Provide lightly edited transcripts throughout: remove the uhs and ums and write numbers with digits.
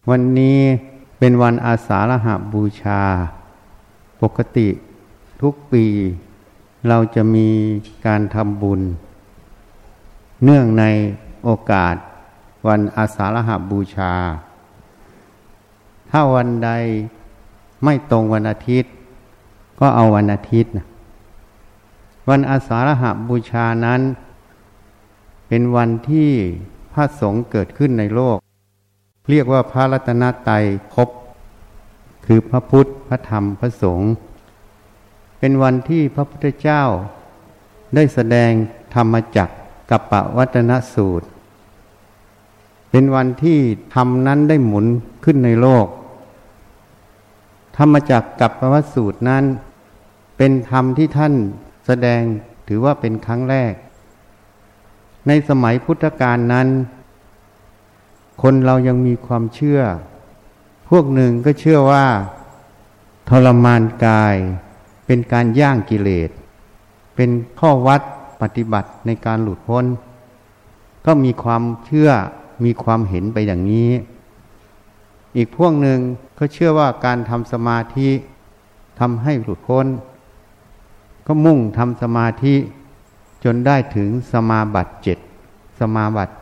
วันนี้เป็นวันอาสาฬหบูชาปกติทุกปีเราจะมีการทำบุญเนื่องในโอกาสวันอาสาฬหบูชาถ้าวันใดไม่ตรงวันอาทิตย์ก็เอาวันอาทิตย์นะวันอาสาฬหบูชานั้นเป็นวันที่พระสงฆ์เกิดขึ้นในโลกเรียกว่าพระรัตนตรัยครบคือพระพุทธพระธรรมพระสงฆ์เป็นวันที่พระพุทธเจ้าได้แสดงธรรมจักรกัปปวัตนสูตรเป็นวันที่ธรรมนั้นได้หมุนขึ้นในโลกธรรมจักรกัปปวัตนสูตรนั้นเป็นธรรมที่ท่านแสดงถือว่าเป็นครั้งแรกในสมัยพุทธกาลนั้นคนเรายังมีความเชื่อพวกหนึ่งก็เชื่อว่าทรมานกายเป็นการย่างกิเลสเป็นข้อวัดปฏิบัติในการหลุดพ้นก็มีความเชื่อมีความเห็นไปอย่างนี้อีกพวกหนึ่งก็เชื่อว่าการทำสมาธิทำให้หลุดพ้นก็มุ่งทำสมาธิจนได้ถึงสมาบัติ7สมาบัติ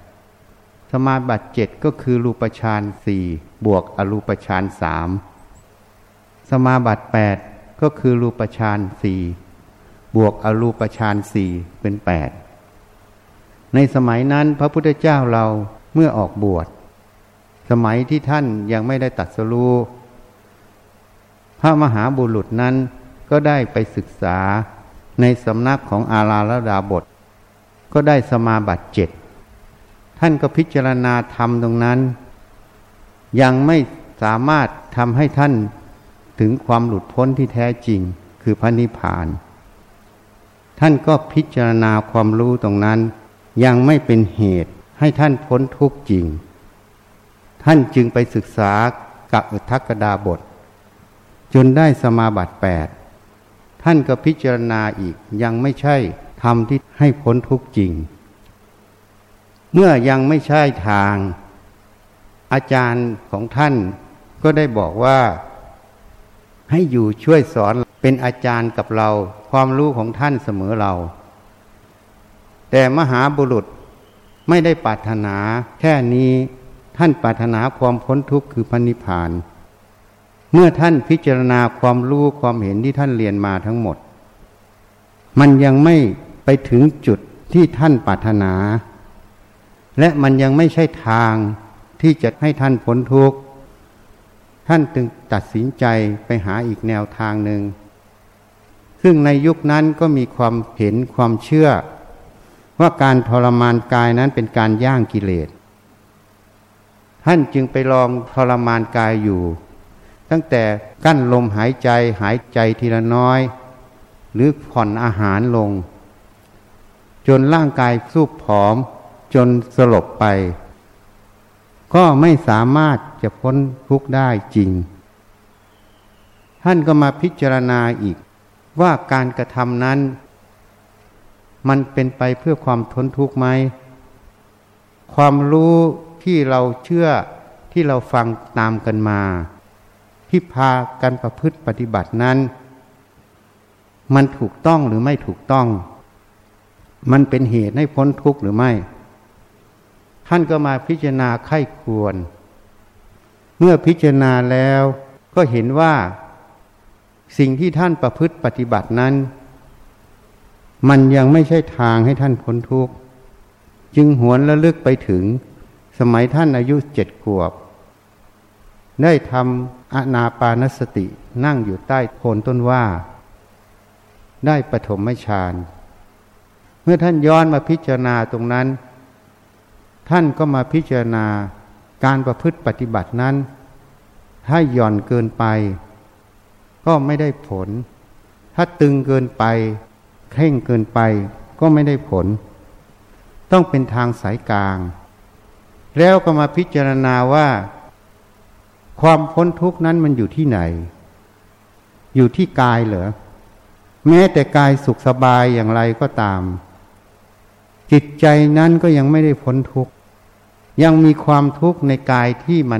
8สมาบัติ7ก็คือรูปฌาน4บวกอรูปฌาน3สมาบัติ8ก็คือรูปฌาน4บวกอรูปฌาน4เป็น8ในสมัยนั้นพระพุทธเจ้าเราเมื่อออกบวชสมัยที่ท่านยังไม่ได้ตรัสรู้พระมหาบุรุษนั้นก็ได้ไปศึกษาในสำนักของอาราลดาบทก็ได้สมาบัติ7ท่านก็พิจารณาธรรมตรงนั้นยังไม่สามารถทำให้ท่านถึงความหลุดพ้นที่แท้จริงคือพระนิพพานท่านก็พิจารณาความรู้ตรงนั้นยังไม่เป็นเหตุให้ท่านพ้นทุกข์จริงท่านจึงไปศึกษากับอุทกดาบทจนได้สมาบัติ8ท่านก็พิจารณาอีกยังไม่ใช่ธรรมที่ให้พ้นทุกข์จริงเมื่อยังไม่ใช่ทางอาจารย์ของท่านก็ได้บอกว่าให้อยู่ช่วยสอนเป็นอาจารย์กับเราความรู้ของท่านเสมอเราแต่มหาบุรุษไม่ได้ปรารถนาแค่นี้ท่านปรารถนาความพ้นทุกข์คือพระนิพพานเมื่อท่านพิจารณาความรู้ความเห็นที่ท่านเรียนมาทั้งหมดมันยังไม่ไปถึงจุดที่ท่านปรารถนาและมันยังไม่ใช่ทางที่จะให้ท่านพ้นทุกข์ท่านจึงตัดสินใจไปหาอีกแนวทางหนึ่งซึ่งในยุคนั้นก็มีความเห็นความเชื่อว่าการทรมานกายนั้นเป็นการย่างกิเลสท่านจึงไปลองทรมานกายอยู่ตั้งแต่กั้นลมหายใจทีละน้อยหรือผ่อนอาหารลงจนร่างกายสูบผอมจนสลบไปก็ไม่สามารถจะพ้นทุกข์ได้จริงท่านก็มาพิจารณาอีกว่าการกระทำนั้นมันเป็นไปเพื่อความพ้นทุกข์ไหมความรู้ที่เราเชื่อที่เราฟังตามกันมาที่พากันประพฤติปฏิบัตินั้นมันถูกต้องหรือไม่ถูกต้องมันเป็นเหตุให้พ้นทุกข์หรือไม่ท่านก็มาพิจารณาไข้ควรเมื่อพิจารณาแล้วก็เห็นว่าสิ่งที่ท่านประพฤติปฏิบัตินั้นมันยังไม่ใช่ทางให้ท่านพ้นทุกข์จึงหวนระลึกไปถึงสมัยท่านอายุ7 ขวบได้ทำอานาปานสตินั่งอยู่ใต้โคนต้นว่าได้ปฐมฌานเมื่อท่านย้อนมาพิจารณาตรงนั้นท่านก็มาพิจารณาการประพฤติปฏิบัตินั้นถ้าหย่อนเกินไปก็ไม่ได้ผลถ้าตึงเกินไปเคร่งเกินไปก็ไม่ได้ผลต้องเป็นทางสายกลางแล้วก็มาพิจารณาว่าความพ้นทุกข์นั้นมันอยู่ที่ไหนอยู่ที่กายเหรอแม้แต่กายสุขสบายอย่างไรก็ตามจิตใจนั้นก็ยังไม่ได้พ้นทุกข์ยังมีความทุกข์ในกายที่มัน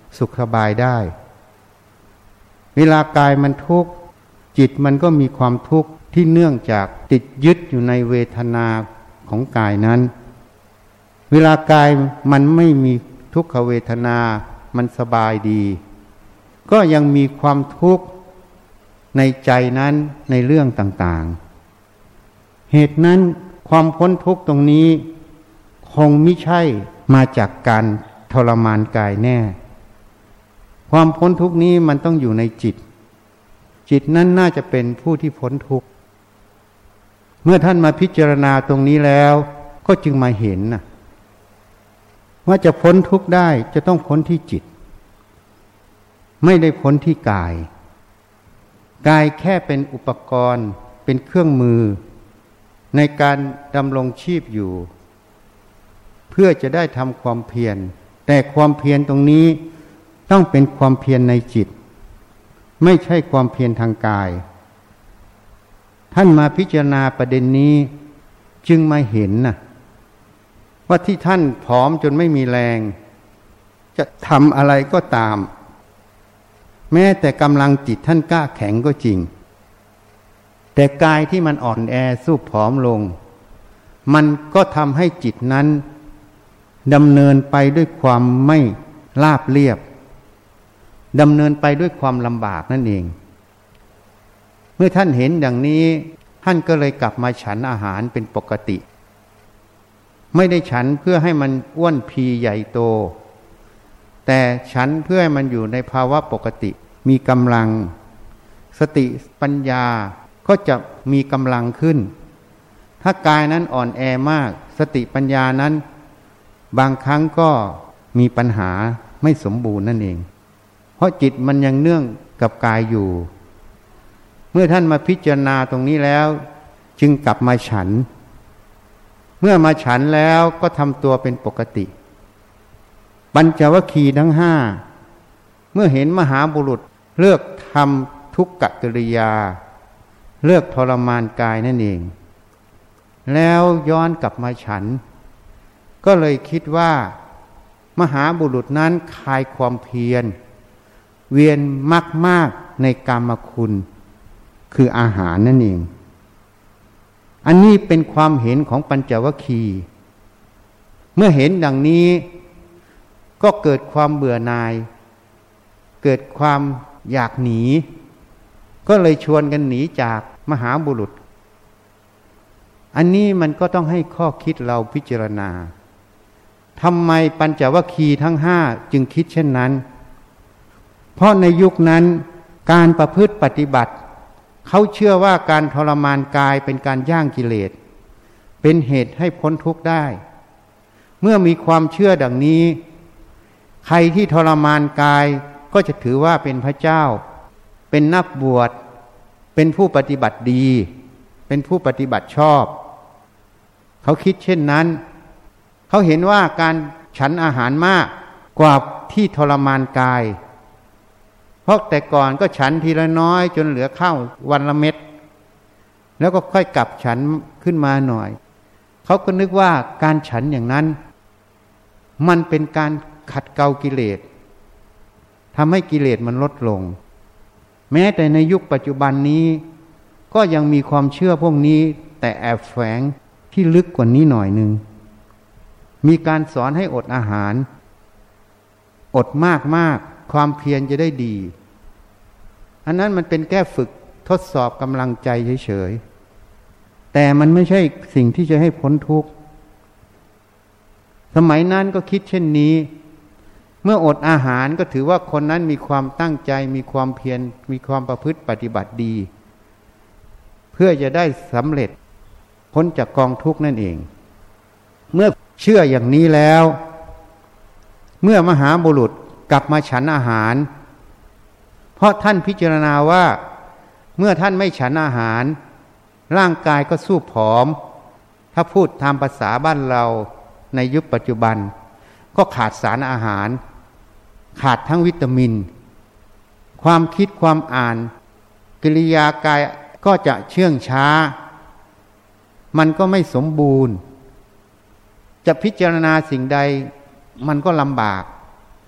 สุขสบายได้เวลากายมันทุกข์จิตมันก็มีความทุกข์ที่เนื่องจากติดยึดอยู่ในเวทนาของกายนั้นเวลากายมันไม่มีทุกขเวทนามันสบายดีก็ยังมีความทุกข์ในใจนั้นในเรื่องต่างๆเหตุนั้นความพ้นทุกข์ตรงนี้คงไม่ใช่มาจากการทรมานกายแน่ความพ้นทุกข์นี้มันต้องอยู่ในจิตจิตนั้นน่าจะเป็นผู้ที่พ้นทุกข์เมื่อท่านมาพิจารณาตรงนี้แล้วก็จึงมาเห็นว่าจะพ้นทุกข์ได้จะต้องพ้นที่จิตไม่ได้พ้นที่กายกายแค่เป็นอุปกรณ์เป็นเครื่องมือในการดำรงชีพอยู่เพื่อจะได้ทำความเพียรแต่ความเพียรตรงนี้ต้องเป็นความเพียรในจิตไม่ใช่ความเพียรทางกายท่านมาพิจารณาประเด็นนี้จึงมาเห็นว่าที่ท่านผอมจนไม่มีแรงจะทำอะไรก็ตามแม้แต่กำลังจิตท่านกล้าแข็งก็จริงแต่กายที่มันอ่อนแอสู้ผอมลงมันก็ทำให้จิตนั้นดำเนินไปด้วยความไม่ราบเรียบดำเนินไปด้วยความลำบากนั่นเองเมื่อท่านเห็นอย่างนี้ท่านก็เลยกลับมาฉันอาหารเป็นปกติไม่ได้ฉันเพื่อให้มันอ้วนพีใหญ่โตแต่ฉันเพื่อให้มันอยู่ในภาวะปกติมีกำลังสติปัญญาก็จะมีกำลังขึ้นถ้ากายนั้นอ่อนแอมากสติปัญญานั้นบางครั้งก็มีปัญหาไม่สมบูรณ์นั่นเองเพราะจิตมันยังเนื่องกับกายอยู่เมื่อท่านมาพิจารณาตรงนี้แล้วจึงกลับมาฉันเมื่อมาฉันแล้วก็ทำตัวเป็นปกติปัญจวัคคีย์ทั้งห้าเมื่อเห็นมหาบุรุษเลิกทำทุกขกิริยาเลิกทรมานกายนั่นเองแล้วย้อนกลับมาฉันก็เลยคิดว่ามหาบุรุษนั้นคลายความเพียรเวียนมากๆในกามคุณคืออาหารนั่นเองอันนี้เป็นความเห็นของปัญจวัคคีย์เมื่อเห็นดังนี้ก็เกิดความเบื่อหน่ายเกิดความอยากหนีก็เลยชวนกันหนีจากมหาบุรุษอันนี้มันก็ต้องให้ข้อคิดเราพิจารณาทำไมปัญจวัคคีย์ทั้งห้าจึงคิดเช่นนั้นเพราะในยุคนั้นการประพฤติปฏิบัติเขาเชื่อว่าการทรมานกายเป็นการย่างกิเลสเป็นเหตุให้พ้นทุกข์ได้เมื่อมีความเชื่อดังนี้ใครที่ทรมานกายก็จะถือว่าเป็นพระเจ้าเป็นนักบวชเป็นผู้ปฏิบัติดีเป็นผู้ปฏิบัติชอบเขาคิดเช่นนั้นเขาเห็นว่าการฉันอาหารมากกว่าที่ทรมานกายเพราะแต่ก่อนก็ฉันทีละน้อยจนเหลือข้าววันละเม็ดแล้วก็ค่อยกลับฉันขึ้นมาหน่อยเขาก็นึกว่าการฉันอย่างนั้นมันเป็นการขัดเกลากิเลสทำให้กิเลสมันลดลงแม้แต่ในยุคปัจจุบันนี้ก็ยังมีความเชื่อพวกนี้แต่แอบแฝงที่ลึกกว่านี้หน่อยนึงมีการสอนให้อดอาหารอดมากๆความเพียรจะได้ดีอันนั้นมันเป็นแค่ฝึกทดสอบกำลังใจเฉยๆแต่มันไม่ใช่สิ่งที่จะให้พ้นทุกข์สมัยนั้นก็คิดเช่นนี้เมื่ออดอาหารก็ถือว่าคนนั้นมีความตั้งใจมีความเพียรมีความประพฤติปฏิบัติดีเพื่อจะได้สำเร็จพ้นจากกองทุกข์นั่นเองเมื่อเชื่ออย่างนี้แล้วเมื่อมหาบุรุษกลับมาฉันอาหารเพราะท่านพิจารณาว่าเมื่อท่านไม่ฉันอาหารร่างกายก็สู้ผอมถ้าพูดตามภาษาบ้านเราในยุคปัจจุบันก็ขาดสารอาหารขาดทั้งวิตามินความคิดความอ่านกิริยากายก็จะเชื่องช้ามันก็ไม่สมบูรณ์จะพิจารณาสิ่งใดมันก็ลำบากพ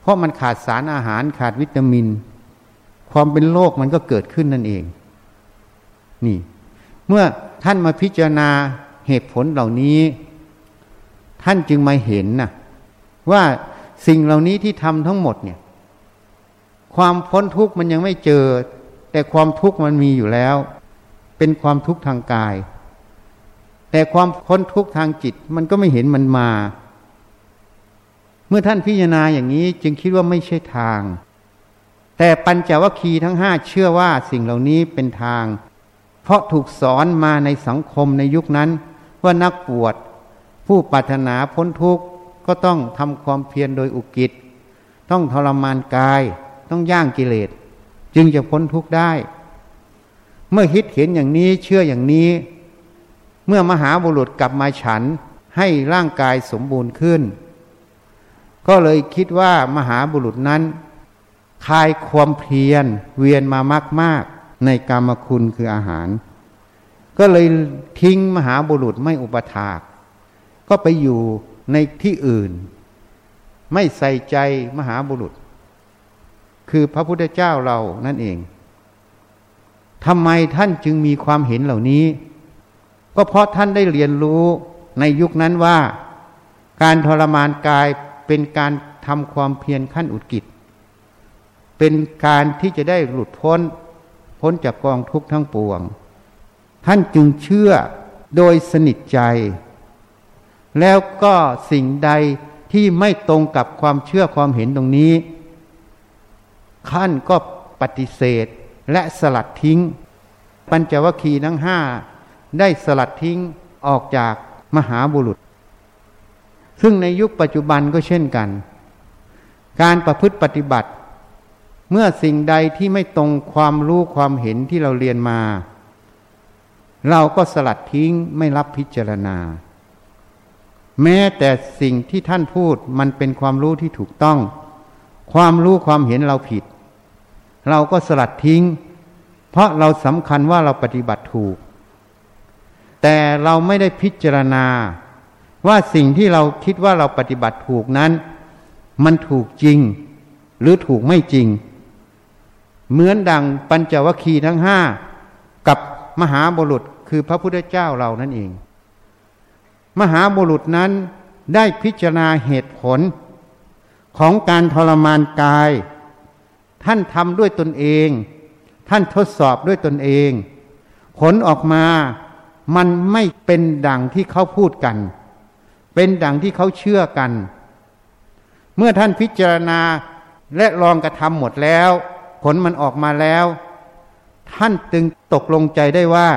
ราะมันขาดสารอาหารขาดวิตามินความเป็นโรคมันก็เกิดขึ้นนั่นเองนี่เมื่อท่านมาพิจารณาเหตุผลเหล่านี้ท่านจึงมาเห็นนะว่าสิ่งเหล่านี้ที่ทำทั้งหมดเนี่ยความพ้นทุกข์มันยังไม่เจอแต่ความทุกข์มันมีอยู่แล้วเป็นความทุกข์ทางกายแต่ความพ้นทุกข์ทางจิตมันก็ไม่เห็นมันมาเมื่อท่านพิจารณาอย่างนี้จึงคิดว่าไม่ใช่ทางแต่ปัญจวัคคีย์ทั้งห้าเชื่อว่าสิ่งเหล่านี้เป็นทางเพราะถูกสอนมาในสังคมในยุคนั้นว่านักบวชผู้ปรารถนาพ้นทุกข์ก็ต้องทำความเพียรโดยอุกิจต้องทรมานกายต้องย่างกิเลสจึงจะพ้นทุกข์ได้เมื่อคิดเห็นอย่างนี้เชื่ออย่างนี้เมื่อมหาบุรุษกลับมาฉันให้ร่างกายสมบูรณ์ขึ้นก็เลยคิดว่ามหาบุรุษนั้นคลายความเพียรเวียนมามากๆในกามคุณคืออาหารก็เลยทิ้งมหาบุรุษไม่อุปถากก็ไปอยู่ในที่อื่นไม่ใส่ใจมหาบุรุษคือพระพุทธเจ้าเรานั่นเองทำไมท่านจึงมีความเห็นเหล่านี้ก็เพราะท่านได้เรียนรู้ในยุคนั้นว่าการทรมานกายเป็นการทำความเพียรขั้นอุกิจเป็นการที่จะได้หลุดพ้นจากกองทุกข์ทั้งปวงท่านจึงเชื่อโดยสนิทใจแล้วก็สิ่งใดที่ไม่ตรงกับความเชื่อความเห็นตรงนี้ท่านก็ปฏิเสธและสลัดทิ้งปัญจวัคคีย์ทั้งห้าได้สลัดทิ้งออกจากมหาบุรุษซึ่งในยุคปัจจุบันก็เช่นกันการประพฤติปฏิบัติเมื่อสิ่งใดที่ไม่ตรงความรู้ความเห็นที่เราเรียนมาเราก็สลัดทิ้งไม่รับพิจารณาแม้แต่สิ่งที่ท่านพูดมันเป็นความรู้ที่ถูกต้องความรู้ความเห็นเราผิดเราก็สลัดทิ้งเพราะเราสำคัญว่าเราปฏิบัติถูกแต่เราไม่ได้พิจารณาว่าสิ่งที่เราคิดว่าเราปฏิบัติถูกนั้นมันถูกจริงหรือถูกไม่จริงเหมือนดังปัญจวัคคีย์ทั้งห้ากับมหาบุรุษคือพระพุทธเจ้าเรานั่นเองมหาบุรุษนั้นได้พิจารณาเหตุผลของการทรมานกายท่านทำด้วยตนเองท่านทดสอบด้วยตนเองผลออกมามันไม่เป็นดังที่เขาพูดกันเป็นดังที่เขาเชื่อกันเมื่อท่านพิจารณาและลองกระทำหมดแล้วผลมันออกมาแล้วท่านจึงตกลงใจได้ว่า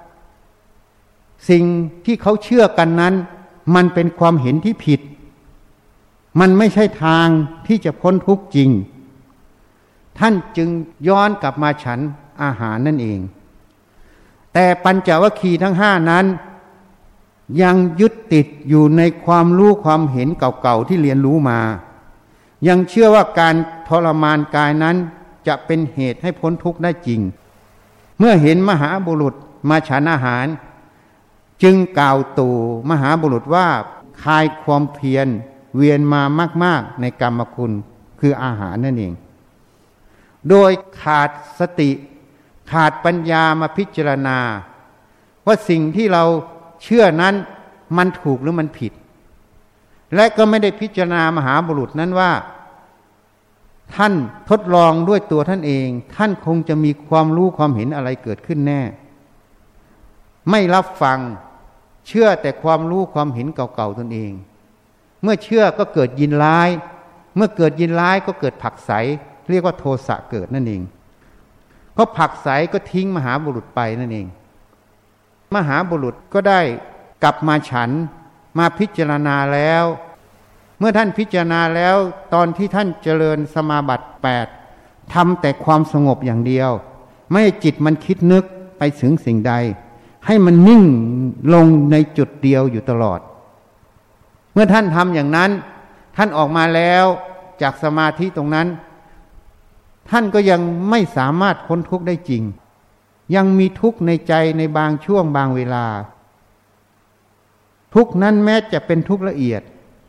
สิ่งที่เขาเชื่อกันนั้นมันเป็นความเห็นที่ผิดมันไม่ใช่ทางที่จะพ้นทุกข์จริงท่านจึงย้อนกลับมาฉันอาหารนั่นเองแต่ปัญจวัคคีย์ทั้งห้านั้นยังยึดติดอยู่ในความรู้ความเห็นเก่าๆที่เรียนรู้มายังเชื่อว่าการทรมานกายนั้นจะเป็นเหตุให้พ้นทุกข์ได้จริงเมื่อเห็นมหาบุรุษมาฉันอาหารจึงกล่าวตู่มหาบุรุษว่าคลายความเพียรเวียนมามากๆในกรรมคุณคืออาหารนั่นเองโดยขาดสติขาดปัญญามาพิจารณาว่าสิ่งที่เราเชื่อนั้นมันถูกหรือมันผิดและก็ไม่ได้พิจารณามหาบุรุษนั้นว่าท่านทดลองด้วยตัวท่านเองท่านคงจะมีความรู้ความเห็นอะไรเกิดขึ้นแน่ไม่รับฟังเชื่อแต่ความรู้ความเห็นเก่าๆตนเองเมื่อเชื่อก็เกิดยินร้ายเมื่อเกิดยินร้ายก็เกิดผักใสเรียกว่าโทสะเกิดนั่นเองก็ผักใสก็ทิ้งมหาบุรุษไปนั่นเองมหาบุรุษก็ได้กลับมาฉันมาพิจารณาแล้วเมื่อท่านพิจารณาแล้วตอนที่ท่านเจริญสมาบัติ8ทำแต่ความสงบอย่างเดียวไม่ให้จิตมันคิดนึกไปถึงสิ่งใดให้มันนิ่งลงในจุดเดียวอยู่ตลอดเมื่อท่านทำอย่างนั้นท่านออกมาแล้วจากสมาธิตรงนั้นท่านก็ยังไม่สามารถพ้นทุกข์ได้จริงยังมีทุกข์ในใจในบางช่วงบางเวลาทุกข์นั้นแม้จะเป็นทุกข์ละเอียด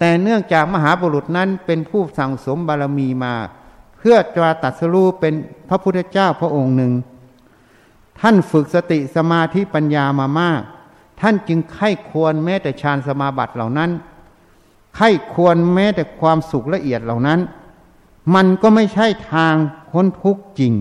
แต่เนื่องจากมหาบุรุษนั้นเป็นผู้สั่งสมบารมีมาเพื่อจะตรัสรู้เป็นพระพุทธเจ้าพระองค์หนึ่งท่านฝึกสติสมาธิปัญญามามากท่านจึงไข้ควรแม้แต่ฌานสมาบัติเหล่านั้นไข้ควรแม้แต่ความสุขละเอียดเหล่านั้นมันก็ไม่ใช่ทางพ้นทุกข์จริง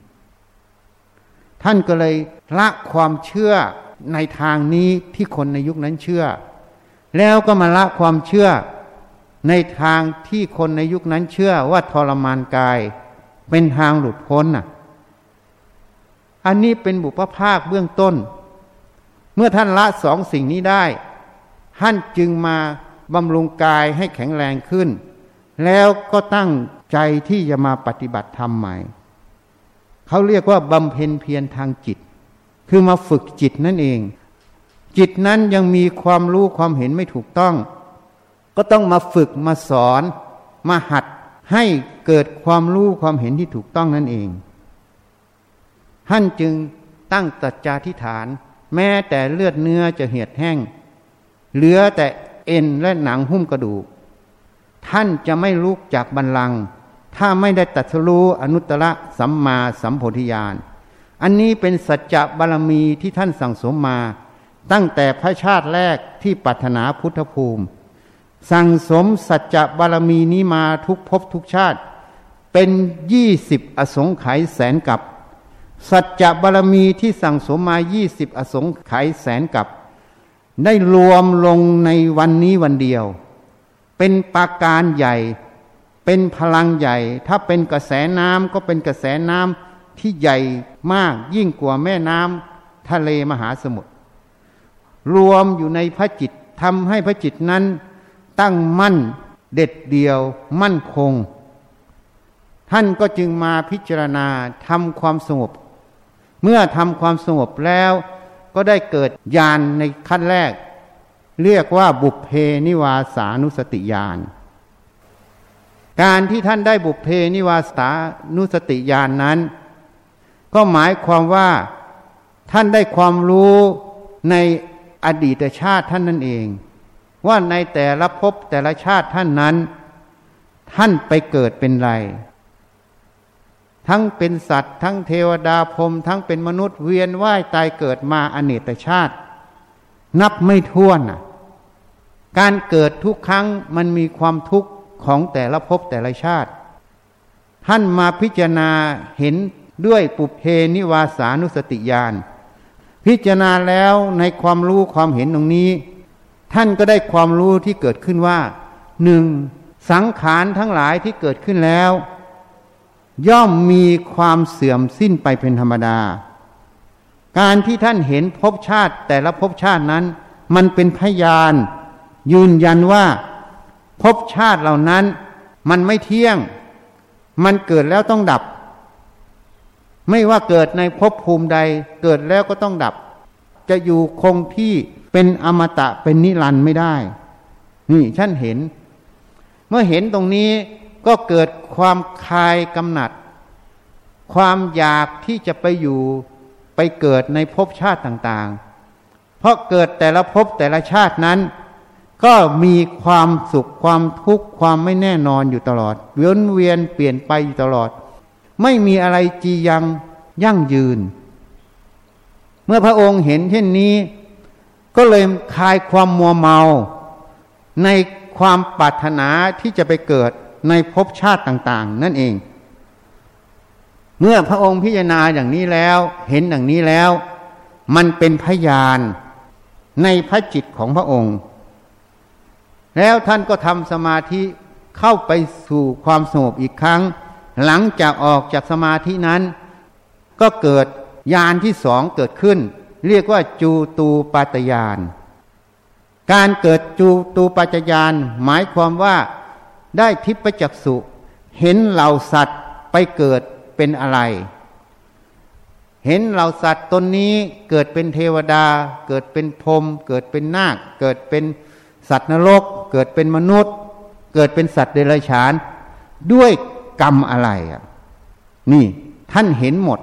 ท่านก็เลยละความเชื่อในทางนี้ที่คนในยุคนั้นเชื่อแล้วก็มาละความเชื่อในทางที่คนในยุคนั้นเชื่อว่าทรมานกายเป็นทางหลุดพ้นอันนี้เป็นบุพภาคเบื้องต้นเมื่อท่านละสองสิ่งนี้ได้ท่านจึงมาบำรุงกายให้แข็งแรงขึ้นแล้วก็ตั้งใจที่จะมาปฏิบัติธรรมใหม่เขาเรียกว่าบำเพ็ญเพียรทางจิตคือมาฝึกจิตนั่นเองจิตนั้นยังมีความรู้ความเห็นไม่ถูกต้องก็ต้องมาฝึกมาสอนมาหัดให้เกิดความรู้ความเห็นที่ถูกต้องนั่นเองท่านจึงตั้งสัจจาธิษฐานแม้แต่เลือดเนื้อจะเหี่ยวแห้งเหลือแต่เอ็นและหนังหุ้มกระดูกท่านจะไม่ลุกจากบัลลังก์ถ้าไม่ได้ตรัสรู้อนุตตรสัมมาสัมโพธิญาณอันนี้เป็นสัจจะบารมีที่ท่านสั่งสมมาตั้งแต่พระชาติแรกที่ปรารถนาพุทธภูมิสั่งสมสัจจะบารมีนี้มาทุกภพทุกชาติเป็น20อสงไขยแสนกับสัจจะบารมีที่สั่งสมมา20อสงไขยแสนกับได้รวมลงในวันนี้วันเดียวเป็นปราการใหญ่เป็นพลังใหญ่ถ้าเป็นกระแสน้ำก็เป็นกระแสน้ำที่ใหญ่มากยิ่งกว่าแม่น้ำทะเลมหาสมุทรรวมอยู่ในพระจิตทำให้พระจิตนั้นตั้งมั่นเด็ดเดี่ยวมั่นคงท่านก็จึงมาพิจารณาทำความสงบเมื่อทำความสงบแล้วก็ได้เกิดญาณในขั้นแรกเรียกว่าบุพเพนิวาสานุสติญาณการที่ท่านได้บุพเพนิวาสานุสติญาณนั้นก็หมายความว่าท่านได้ความรู้ในอดีตชาติท่านนั่นเองว่าในแต่ละภพแต่ละชาติท่านนั้นท่านไปเกิดเป็นไรทั้งเป็นสัตว์ทั้งเทวดาพรหมทั้งเป็นมนุษย์เวียนว่ายตายเกิดมาอเนกชาตินับไม่ถ้วนการเกิดทุกครั้งมันมีความทุกข์ของแต่ละภพแต่ละชาติท่านมาพิจารณาเห็นด้วยปุพเพนิวาสานุสติญาณพิจารณาแล้วในความรู้ความเห็นตรงนี้ท่านก็ได้ความรู้ที่เกิดขึ้นว่าหนึ่งสังขารทั้งหลายที่เกิดขึ้นแล้วย่อมมีความเสื่อมสิ้นไปเป็นธรรมดาการที่ท่านเห็นภพชาติแต่ละภพชาตินั้นมันเป็นพยานยืนยันว่าภพชาติเหล่านั้นมันไม่เที่ยงมันเกิดแล้วต้องดับไม่ว่าเกิดในภพภูมิใดเกิดแล้วก็ต้องดับจะอยู่คงที่เป็นอมตะเป็นนิรันดร์ไม่ได้นี่ท่านเห็นเมื่อเห็นตรงนี้ก็เกิดความคลายกำหนัดความอยากที่จะไปอยู่ไปเกิดในภพชาติต่างๆเพราะเกิดแต่ละภพแต่ละชาตินั้นก็มีความสุขความทุกข์ความไม่แน่นอนอยู่ตลอดเวียนเปลี่ยนไปอยู่ตลอดไม่มีอะไรจียังยั่งยืนเมื่อพระองค์เห็นเช่นนี้ก็เลยคลายความมัวเมาในความปรารถนาที่จะไปเกิดในภพชาติต่างๆนั่นเองเมื่อพระองค์พิจารณาอย่างนี้แล้วเห็นอย่างนี้แล้วมันเป็นพยานในพระจิตของพระองค์แล้วท่านก็ทำสมาธิเข้าไปสู่ความสงบอีกครั้งหลังจากออกจากสมาธินั้นก็เกิดญาณที่สองเกิดขึ้นเรียกว่าจูตูปัฏฐญาณการเกิดจูตูปัฏฐญาณหมายความว่าได้ทิพจักษุเห็นเหล่าสัตว์ไปเกิดเป็นอะไรเห็นเหล่าสัตว์ตนนี้เกิดเป็นเทวดาเกิดเป็นพรหมเกิดเป็นนาคเกิดเป็นสัตว์นรกเกิดเป็นมนุษย์เกิดเป็นสัตว์เดรัจฉานด้วยกรรมอะไรนี่ท่านเห็นหมด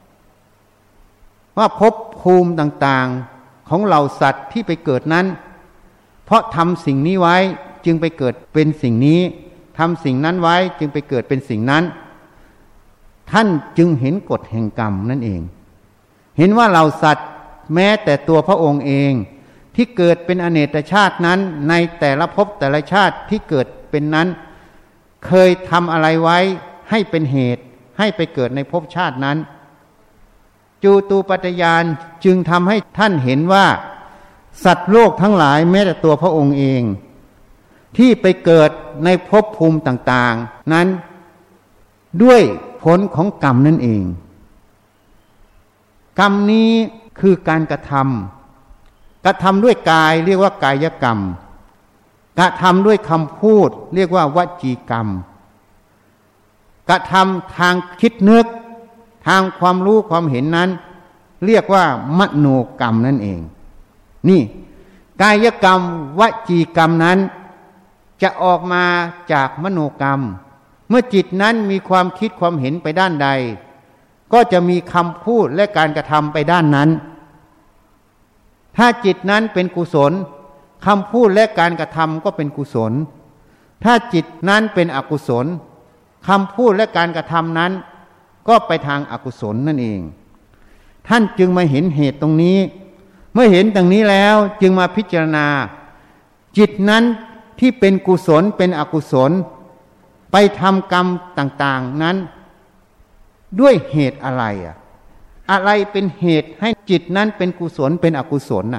ว่าภพภูมิต่างๆของเหล่าสัตว์ที่ไปเกิดนั้นเพราะทำสิ่งนี้ไว้จึงไปเกิดเป็นสิ่งนี้ทำสิ่งนั้นไว้จึงไปเกิดเป็นสิ่งนั้นท่านจึงเห็นกฎแห่งกรรมนั่นเองเห็นว่าเราสัตว์แม้แต่ตัวพระองค์เองที่เกิดเป็นอเนกชาตินั้นในแต่ละภพแต่ละชาติที่เกิดเป็นนั้นเคยทำอะไรไว้ให้เป็นเหตุให้ไปเกิดในภพชาตินั้นจูตูปัฏฐญาณจึงทำให้ท่านเห็นว่าสัตว์โลกทั้งหลายแม้แต่ตัวพระองค์เองที่ไปเกิดในภพภูมิต่างๆนั้นด้วยผลของกรรมนั่นเองกรรมนี้คือการกระทำด้วยกายเรียกว่ากายกรรมกระทำด้วยคำพูดเรียกว่าวจีกรรมกระทำทางคิดนึกทางความรู้ความเห็นนั้นเรียกว่ามโนกรรมนั่นเองนี่กายกรรมวจีกรรมนั้นจะออกมาจากมโนกรรมเมื่อจิตนั้นมีความคิดความเห็นไปด้านใดก็จะมีคำพูดและการกระทำไปด้านนั้นถ้าจิตนั้นเป็นกุศลคำพูดและการกระทำก็เป็นกุศลถ้าจิตนั้นเป็นอกุศลคำพูดและการกระทำนั้นก็ไปทางอกุศลนั่นเองท่านจึงมาเห็นเหตุตรงนี้เมื่อเห็นดังนี้แล้วจึงมาพิจารณาจิตนั้นที่เป็นกุศลเป็นอกุศลไปทำกรรมต่างๆนั้นด้วยเหตุอะไรอะไรเป็นเหตุให้จิตนั้นเป็นกุศลเป็นอกุศล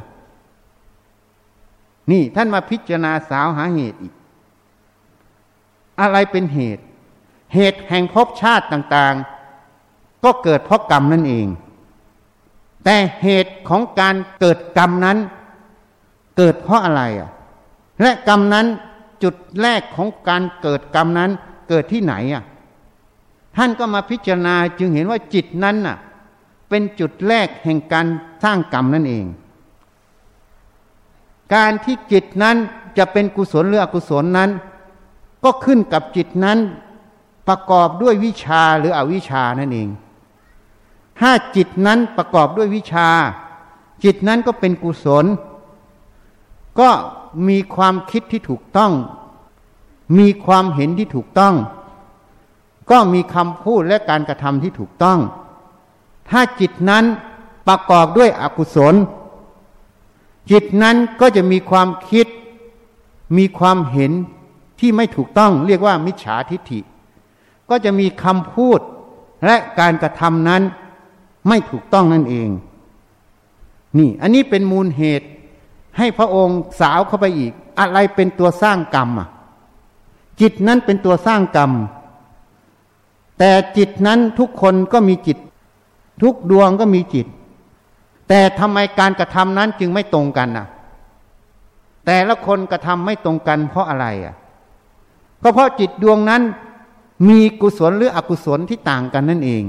นี่ท่านมาพิจารณาสาวหาเหตุอีกอะไรเป็นเหตุแห่งภพชาติต่างๆก็เกิดเพราะกรรมนั่นเองแต่เหตุของการเกิดกรรมนั้นเกิดเพราะอะไรและกรรมนั้นจุดแรกของการเกิดกรรมนั้นเกิดที่ไหนท่านก็มาพิจารณาจึงเห็นว่าจิตนั้นเป็นจุดแรกแห่งการสร้างกรรมนั่นเองการที่จิตนั้นจะเป็นกุศลหรืออกุศลนั้นก็ขึ้นกับจิตนั้นประกอบด้วยวิชาหรืออวิชานั่นเองถ้าจิตนั้นประกอบด้วยวิชาจิตนั้นก็เป็นกุศลก็มีความคิดที่ถูกต้องมีความเห็นที่ถูกต้องก็มีคำพูดและการกระทำที่ถูกต้องถ้าจิตนั้นประกอบด้วยอกุศลจิตนั้นก็จะมีความคิดมีความเห็นที่ไม่ถูกต้องเรียกว่ามิจฉาทิฏฐิก็จะมีคำพูดและการกระทำนั้นไม่ถูกต้องนั่นเองนี่อันนี้เป็นมูลเหตุให้พระองค์สาวเข้าไปอีกอะไรเป็นตัวสร้างกรรมจิตนั้นเป็นตัวสร้างกรรมแต่จิตนั้นทุกคนก็มีจิตทุกดวงก็มีจิตแต่ทำไมการกระทำนั้นจึงไม่ตรงกันแต่ละคนกระทำไม่ตรงกันเพราะอะไรก็เพราะจิตดวงนั้นมีกุศลหรืออกุศลที่ต่างกันนั่นเอง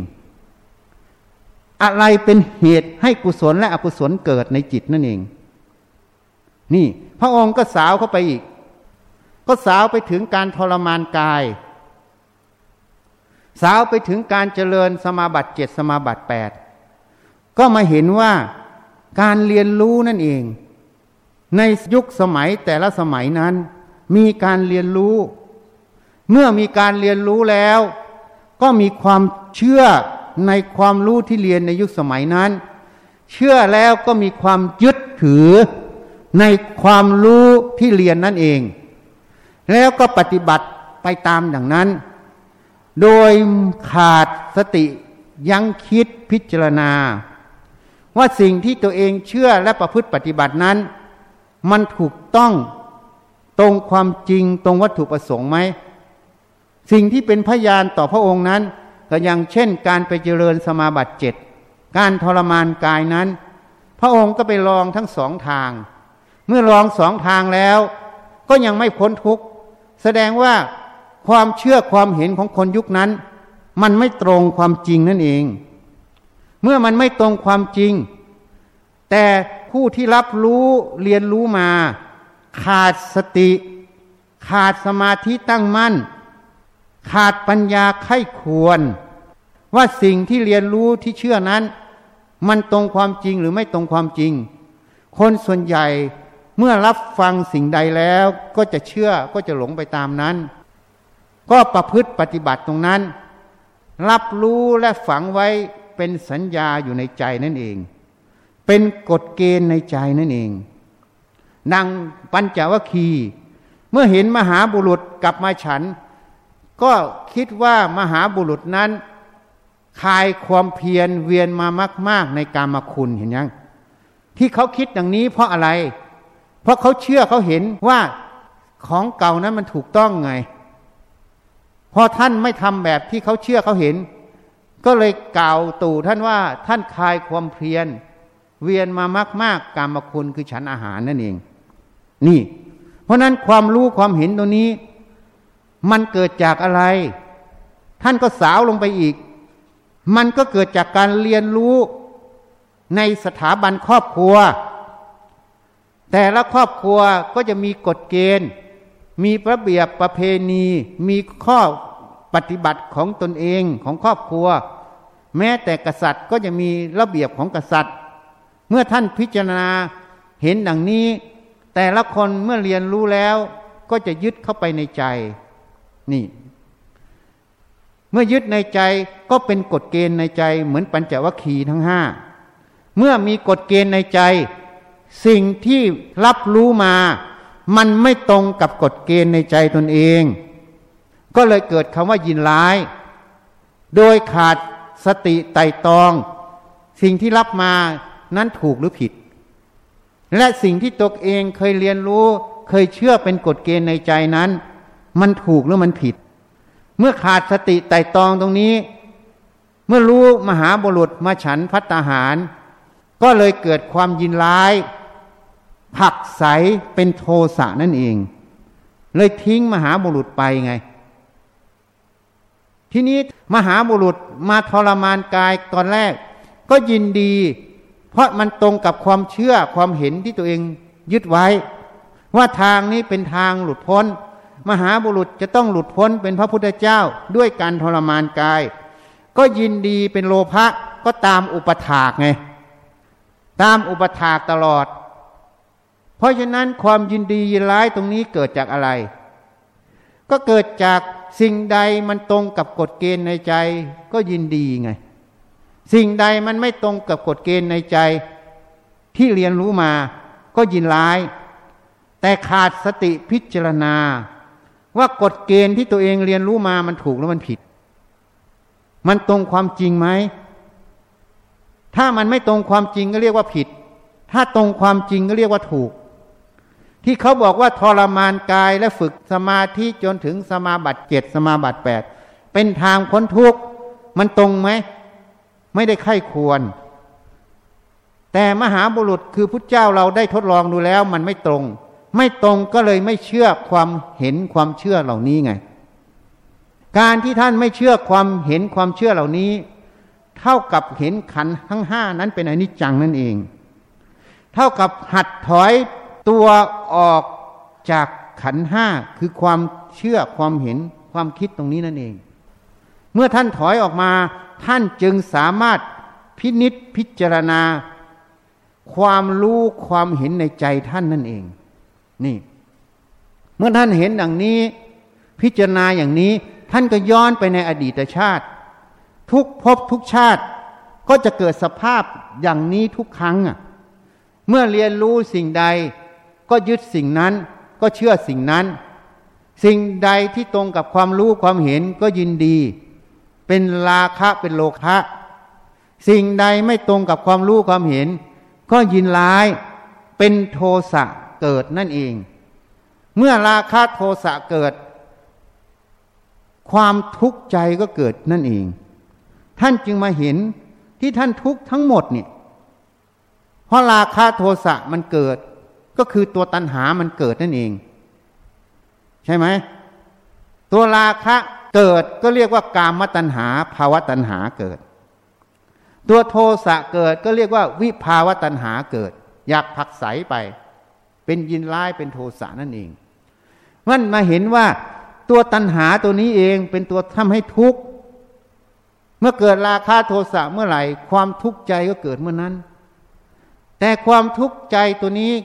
อะไรเป็นเหตุให้กุศลและอกุศลเกิดในจิตนั่นเองนี่พระองค์ก็สาวเข้าไปอีกก็สาวไปถึงการทรมานกายสาวไปถึงการเจริญสมาบัติ7สมาบัติ8ก็มาเห็นว่าการเรียนรู้นั่นเองในยุคสมัยแต่ละสมัยนั้นมีการเรียนรู้เมื่อมีการเรียนรู้แล้วก็มีความเชื่อในความรู้ที่เรียนในยุคสมัยนั้นเชื่อแล้วก็มีความยึดถือในความรู้ที่เรียนนั่นเองแล้วก็ปฏิบัติไปตามอย่างนั้นโดยขาดสติยั้งคิดพิจารณาว่าสิ่งที่ตัวเองเชื่อและประพฤติปฏิบัตินั้นมันถูกต้องตรงความจริงตรงวัตถุประสงค์ไหมสิ่งที่เป็นพยานต่อพระองค์นั้นก็อย่างเช่นการไปเจริญสมาบัติ7การทรมานกายนั้นพระองค์ก็ไปลองทั้งสองทางเมื่อลองสองทางแล้วก็ยังไม่พ้นทุกข์แสดงว่าความเชื่อความเห็นของคนยุคนั้นมันไม่ตรงความจริงนั่นเองเมื่อมันไม่ตรงความจริงแต่ผู้ที่รับรู้เรียนรู้มาขาดสติขาดสมาธิตั้งมั่นขาดปัญญาไข้ควรว่าสิ่งที่เรียนรู้ที่เชื่อนั้นมันตรงความจริงหรือไม่ตรงความจริงคนส่วนใหญ่เมื่อรับฟังสิ่งใดแล้วก็จะเชื่อก็จะหลงไปตามนั้นก็ประพฤติปฏิบัติตรงนั้นรับรู้และฝังไว้เป็นสัญญาอยู่ในใจนั่นเองเป็นกฎเกณฑ์ในใจนั่นเองดังปัญจวัคคีย์เมื่อเห็นมหาบุรุษกลับมาฉันก็คิดว่ามหาบุรุษนั้นคลายความเพียรเวียนมามากๆในกามคุณเห็นยังที่เขาคิดอย่างนี้เพราะอะไรเพราะเขาเชื่อเขาเห็นว่าของเก่านั้นมันถูกต้องไงพอท่านไม่ทำแบบที่เขาเชื่อเขาเห็นก็เลยกล่าวตู่ท่านว่าท่านคลายความเพียรเวียนมามากๆกามคุณคือฉันอาหารนั่นเองนี่เพราะนั้นความรู้ความเห็นตัวนี้มันเกิดจากอะไรท่านก็สาวลงไปอีกมันก็เกิดจากการเรียนรู้ในสถาบันครอบครัวแต่ละครอบครัวก็จะมีกฎเกณฑ์มีระเบียบประเพณีมีข้อปฏิบัติของตนเองของครอบครัวแม้แต่กษัตริย์ก็จะมีระเบียบของกษัตริย์เมื่อท่านพิจารณาเห็นดังนี้แต่ละคนเมื่อเรียนรู้แล้วก็จะยึดเข้าไปในใจนี่เมื่อยึดในใจก็เป็นกฎเกณฑ์ในใจเหมือนปัญจวัคคีย์ทั้งห้าเมื่อมีกฎเกณฑ์ในใจสิ่งที่รับรู้มามันไม่ตรงกับกฎเกณฑ์ในใจตนเองก็เลยเกิดคำว่ายินร้ายโดยขาดสติไต่ตรองสิ่งที่รับมานั้นถูกหรือผิดและสิ่งที่ตนเองเคยเรียนรู้เคยเชื่อเป็นกฎเกณฑ์ในใจนั้นมันถูกหรือมันผิดเมื่อขาดสติไต่ตรองตรงนี้เมื่อรู้มหาบุรุษมาฉันภัตตาหารก็เลยเกิดความยินร้ายผลักไสเป็นโทสะนั่นเองเลยทิ้งมหาบุรุษไปไงทีนี้มหาบุรุษมาทรมานกายตอนแรกก็ยินดีเพราะมันตรงกับความเชื่อความเห็นที่ตัวเองยึดไว้ว่าทางนี้เป็นทางหลุดพ้นมหาบุรุษจะต้องหลุดพ้นเป็นพระพุทธเจ้าด้วยการทรมานกายก็ยินดีเป็นโลภะก็ตามอุปถากไงตามอุปถากตลอดเพราะฉะนั้นความยินดียินร้ายตรงนี้เกิดจากอะไรก็เกิดจากสิ่งใดมันตรงกับกฎเกณฑ์ในใจก็ยินดีไงสิ่งใดมันไม่ตรงกับกฎเกณฑ์ในใจที่เรียนรู้มาก็ยินร้ายแต่ขาดสติพิจารณาว่ากฎเกณฑ์ที่ตัวเองเรียนรู้มามันถูกหรือมันผิดมันตรงความจริงไหมถ้ามันไม่ตรงความจริงก็เรียกว่าผิดถ้าตรงความจริงก็เรียกว่าถูกที่เขาบอกว่าทรมานกายและฝึกสมาธิจนถึงสมาบัติ7สมาบัติ8เป็นทางพ้นทุกข์มันตรงไหมไม่ได้ไข้ควรแต่มหาบุรุษคือพุทธเจ้าเราได้ทดลองดูแล้วมันไม่ตรงก็เลยไม่เชื่อความเห็นความเชื่อเหล่านี้ไงการที่ท่านไม่เชื่อความเห็นความเชื่อเหล่านี้เท่ากับเห็นขันธ์ทั้งห้านั้นเป็นอนิจจังนั่นเองเท่ากับหัดถอยตัวออกจากขันธ์ห้าคือความเชื่อความเห็นความคิดตรงนี้นั่นเองเมื่อท่านถอยออกมาท่านจึงสามารถพินิจพิจารณาความรู้ความเห็นในใจท่านนั่นเองนี่เมื่อท่านเห็นอย่างนี้พิจารณาอย่างนี้ท่านก็ย้อนไปในอดีตชาติทุกภพทุกชาติก็จะเกิดสภาพอย่างนี้ทุกครั้งเมื่อเรียนรู้สิ่งใดก็ยึดสิ่งนั้นก็เชื่อสิ่งนั้นสิ่งใดที่ตรงกับความรู้ความเห็นก็ยินดีเป็นราคะเป็นโลภะสิ่งใดไม่ตรงกับความรู้ความเห็นก็ยินร้ายเป็นโทสะเกิดนั่นเองเมื่อราคะโทสะเกิดความทุกข์ใจก็เกิดนั่นเองท่านจึงมาเห็นที่ท่านทุกข์ทั้งหมดเนี่ยเพราะราคะโทสะมันเกิดก็คือตัวตัณหามันเกิดนั่นเองใช่ไหมตัวราคะเกิดก็เรียกว่ากามตัณหาภาวะตัณหาเกิดตัวโทสะเกิดก็เรียกว่าวิภาวะตัณหาเกิดอยากผลักไสไปเป็นยินร้ายเป็นโทสะนั่นเองมันมาเห็นว่าตัวตัณหาตัวนี้เองเป็นตัวทำให้ทุกข์เมื่อเกิดราคะโทสะเมื่อไหร่ความทุกข์ใจก็เกิดเมื่อนั้นแต่ความทุกข์ใจตัวนี้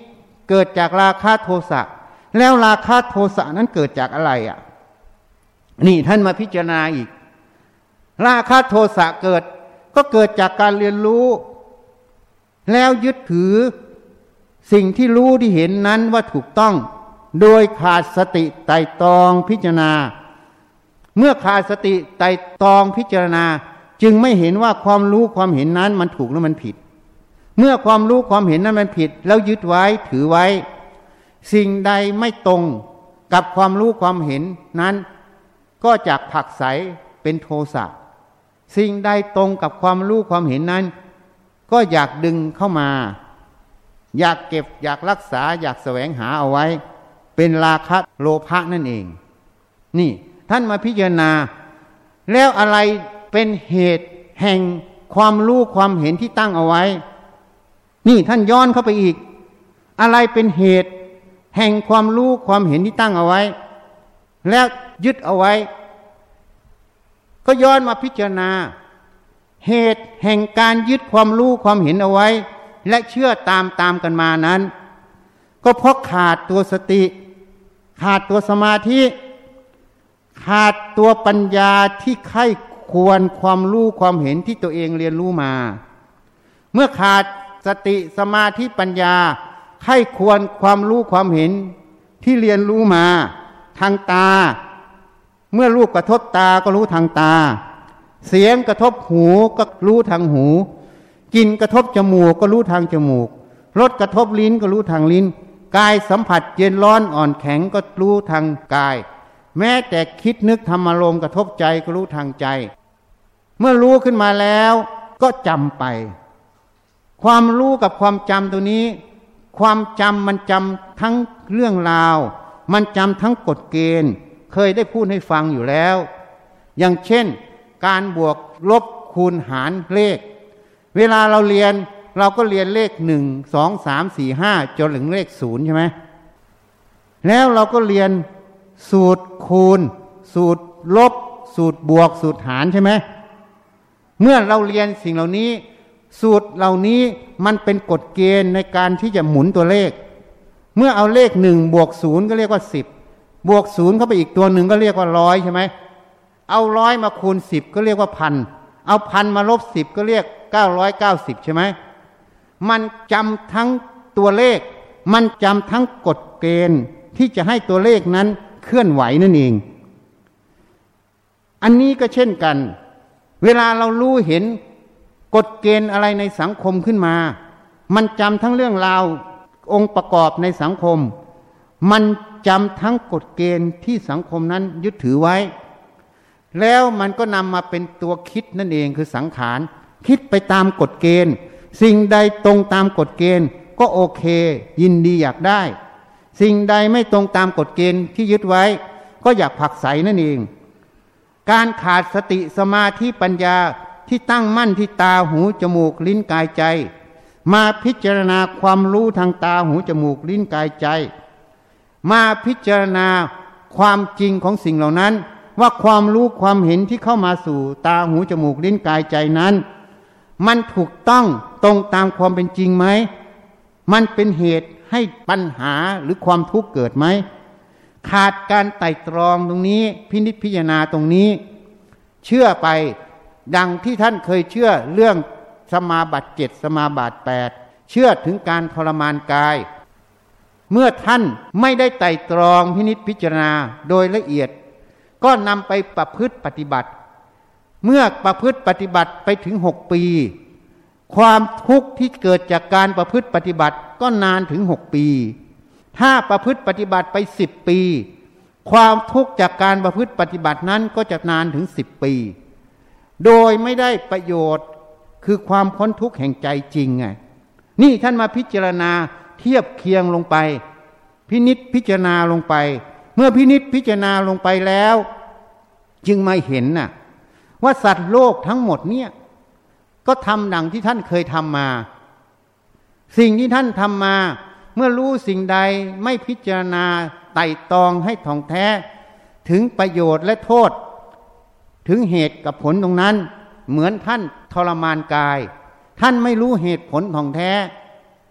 เกิดจากราคะโทสะแล้วราคะโทสะนั้นเกิดจากอะไรนี่ท่านมาพิจารณาอีกราคะโทสะเกิดก็เกิดจากการเรียนรู้แล้วยึดถือสิ่งที่รู้ที่เห็นนั้นว่าถูกต้องโดยขาดสติไตร่ตรองพิจารณาเมื่อขาดสติไตร่ตรองพิจารณาจึงไม่เห็นว่าความรู้ความเห็นนั้นมันถูกหรือมันผิดเมื่อความรู้ความเห็นนั้นมันผิดแล้วยึดไว้ถือไว้สิ่งใดไม่ตรงกับความรู้ความเห็นนั้นก็จะผลักไสเป็นโทสะสิ่งใดตรงกับความรู้ความเห็นนั้นก็อยากดึงเข้ามาอยากเก็บอยากรักษาอยากแสวงหาเอาไว้เป็นราคะโลภะนั่นเองนี่ท่านมาพิจารณาแล้วอะไรเป็นเหตุแห่งความรู้ความเห็นที่ตั้งเอาไว้นี่ท่านย้อนเข้าไปอีกอะไรเป็นเหตุแห่งความรู้ความเห็นที่ตั้งเอาไว้แล้วยึดเอาไว้ก็ย้อนมาพิจารณาเหตุแห่งการยึดความรู้ความเห็นเอาไว้และเชื่อตามกันมานั้นก็เพราะขาดตัวสติขาดตัวสมาธิขาดตัวปัญญาที่ใคร่ควรความรู้ความเห็นที่ตัวเองเรียนรู้มาเมื่อขาดสติสมาธิปัญญาใคร่ควรความรู้ความเห็นที่เรียนรู้มาทางตาเมื่อรูปกระทบตาก็รู้ทางตาเสียงกระทบหูก็รู้ทางหูกลิ่นกระทบจมูกก็รู้ทางจมูกรสกระทบลิ้นก็รู้ทางลิ้นกายสัมผัสเย็นร้อนอ่อนแข็งก็รู้ทางกายแม้แต่คิดนึกทำอารมณ์กระทบใจก็รู้ทางใจเมื่อรู้ขึ้นมาแล้วก็จำไปความรู้กับความจำตัวนี้ความจำมันจำทั้งเรื่องราวมันจำทั้งกฎเกณฑ์เคยได้พูดให้ฟังอยู่แล้วอย่างเช่นการบวกลบคูณหารเลขเวลาเราเรียนเราก็เรียนเลข1 2 3 4 5จนถึงเลข0ใช่ไหมแล้วเราก็เรียนสูตรคูณสูตรลบสูตรบวกสูตรหารใช่ไหมเมื่อเราเรียนสิ่งเหล่านี้สูตรเหล่านี้มันเป็นกฎเกณฑ์ในการที่จะหมุนตัวเลขเมื่อเอาเลข1บวก0ก็เรียกว่า10บวก0เข้าไปอีกตัวหนึ่งก็เรียกว่า100ใช่ไหมเอา100มาคูณ10ก็เรียกว่า1,000เอา1,000มาลบ10ก็เรียก990ใช่ไหมมันจำทั้งตัวเลขมันจำทั้งกฎเกณฑ์ที่จะให้ตัวเลขนั้นเคลื่อนไหวนั่นเองอันนี้ก็เช่นกันเวลาเรารู้เห็นกฎเกณฑ์อะไรในสังคมขึ้นมามันจำทั้งเรื่องราวองค์ประกอบในสังคมมันจำทั้งกฎเกณฑ์ที่สังคมนั้นยึดถือไว้แล้วมันก็นำมาเป็นตัวคิดนั่นเองคือสังขารคิดไปตามกฎเกณฑ์สิ่งใดตรงตามกฎเกณฑ์ก็โอเคยินดีอยากได้สิ่งใดไม่ตรงตามกฎเกณฑ์ที่ยึดไว้ก็อยากผลักไสนั่นเองการขาดสติสมาธิปัญญาที่ตั้งมั่นที่ตาหูจมูกลิ้นกายใจมาพิจารณาความรู้ทางตาหูจมูกลิ้นกายใจมาพิจารณาความจริงของสิ่งเหล่านั้นว่าความรู้ความเห็นที่เข้ามาสู่ตาหูจมูกลิ้นกายใจนั้นมันถูกต้องตรงตามความเป็นจริงไหมมันเป็นเหตุให้ปัญหาหรือความทุกข์เกิดไหมขาดการไต่ตรองตรงนี้พินิจพิจารณาตรงนี้เชื่อไปดังที่ท่านเคยเชื่อเรื่องสมาบัติ7สมาบัติ8เชื่อถึงการทรมานกายเมื่อท่านไม่ได้ไต่ตรองพินิจพิจารณาโดยละเอียดก็นำไปประพฤติปฏิบัติเมื่อประพฤติปฏิบัติไปถึง6 ปีความทุกข์ที่เกิดจากการประพฤติปฏิบัติก็นานถึง6 ปีถ้าประพฤติปฏิบัติไป10 ปีความทุกข์จากการประพฤติปฏิบัตินั้นก็จะนานถึง10 ปีโดยไม่ได้ประโยชน์คือความพ้นทุกข์แห่งใจจริงไงนี่ท่านมาพิจารณาเทียบเคียงลงไปพินิจพิจารณาลงไปเมื่อพินิจพิจารณาลงไปแล้วจึงมาเห็นน่ะว่าสัตว์โลกทั้งหมดเนี่ยก็ทำดังที่ท่านเคยทำมาสิ่งที่ท่านทำมาเมื่อรู้สิ่งใดไม่พิจารณาไต่ตรองให้ท่องแท้ถึงประโยชน์และโทษถึงเหตุกับผลตรงนั้นเหมือนท่านทรมานกายท่านไม่รู้เหตุผลท่องแท้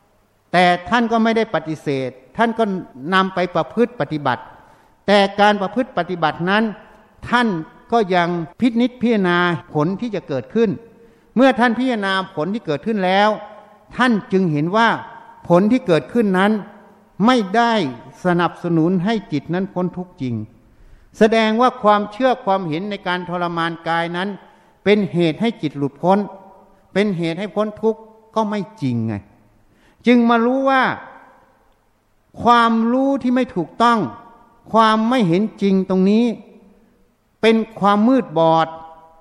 แต่ท่านก็ไม่ได้ปฏิเสธท่านก็นำไปประพฤติปฏิบัติแต่การประพฤติปฏิบัตินั้นท่านก็ยังพินิจพิจารณาผลที่จะเกิดขึ้นเมื่อท่านพิจารณาผลที่เกิดขึ้นแล้วท่านจึงเห็นว่าผลที่เกิดขึ้นนั้นไม่ได้สนับสนุนให้จิตนั้นพ้นทุกข์จริงแสดงว่าความเชื่อความเห็นในการทรมานกายนั้นเป็นเหตุให้จิตหลุดพ้นเป็นเหตุให้พ้นทุกข์ก็ไม่จริงไงจึงมารู้ว่าความรู้ที่ไม่ถูกต้องความไม่เห็นจริงตรงนี้เป็นความมืดบอด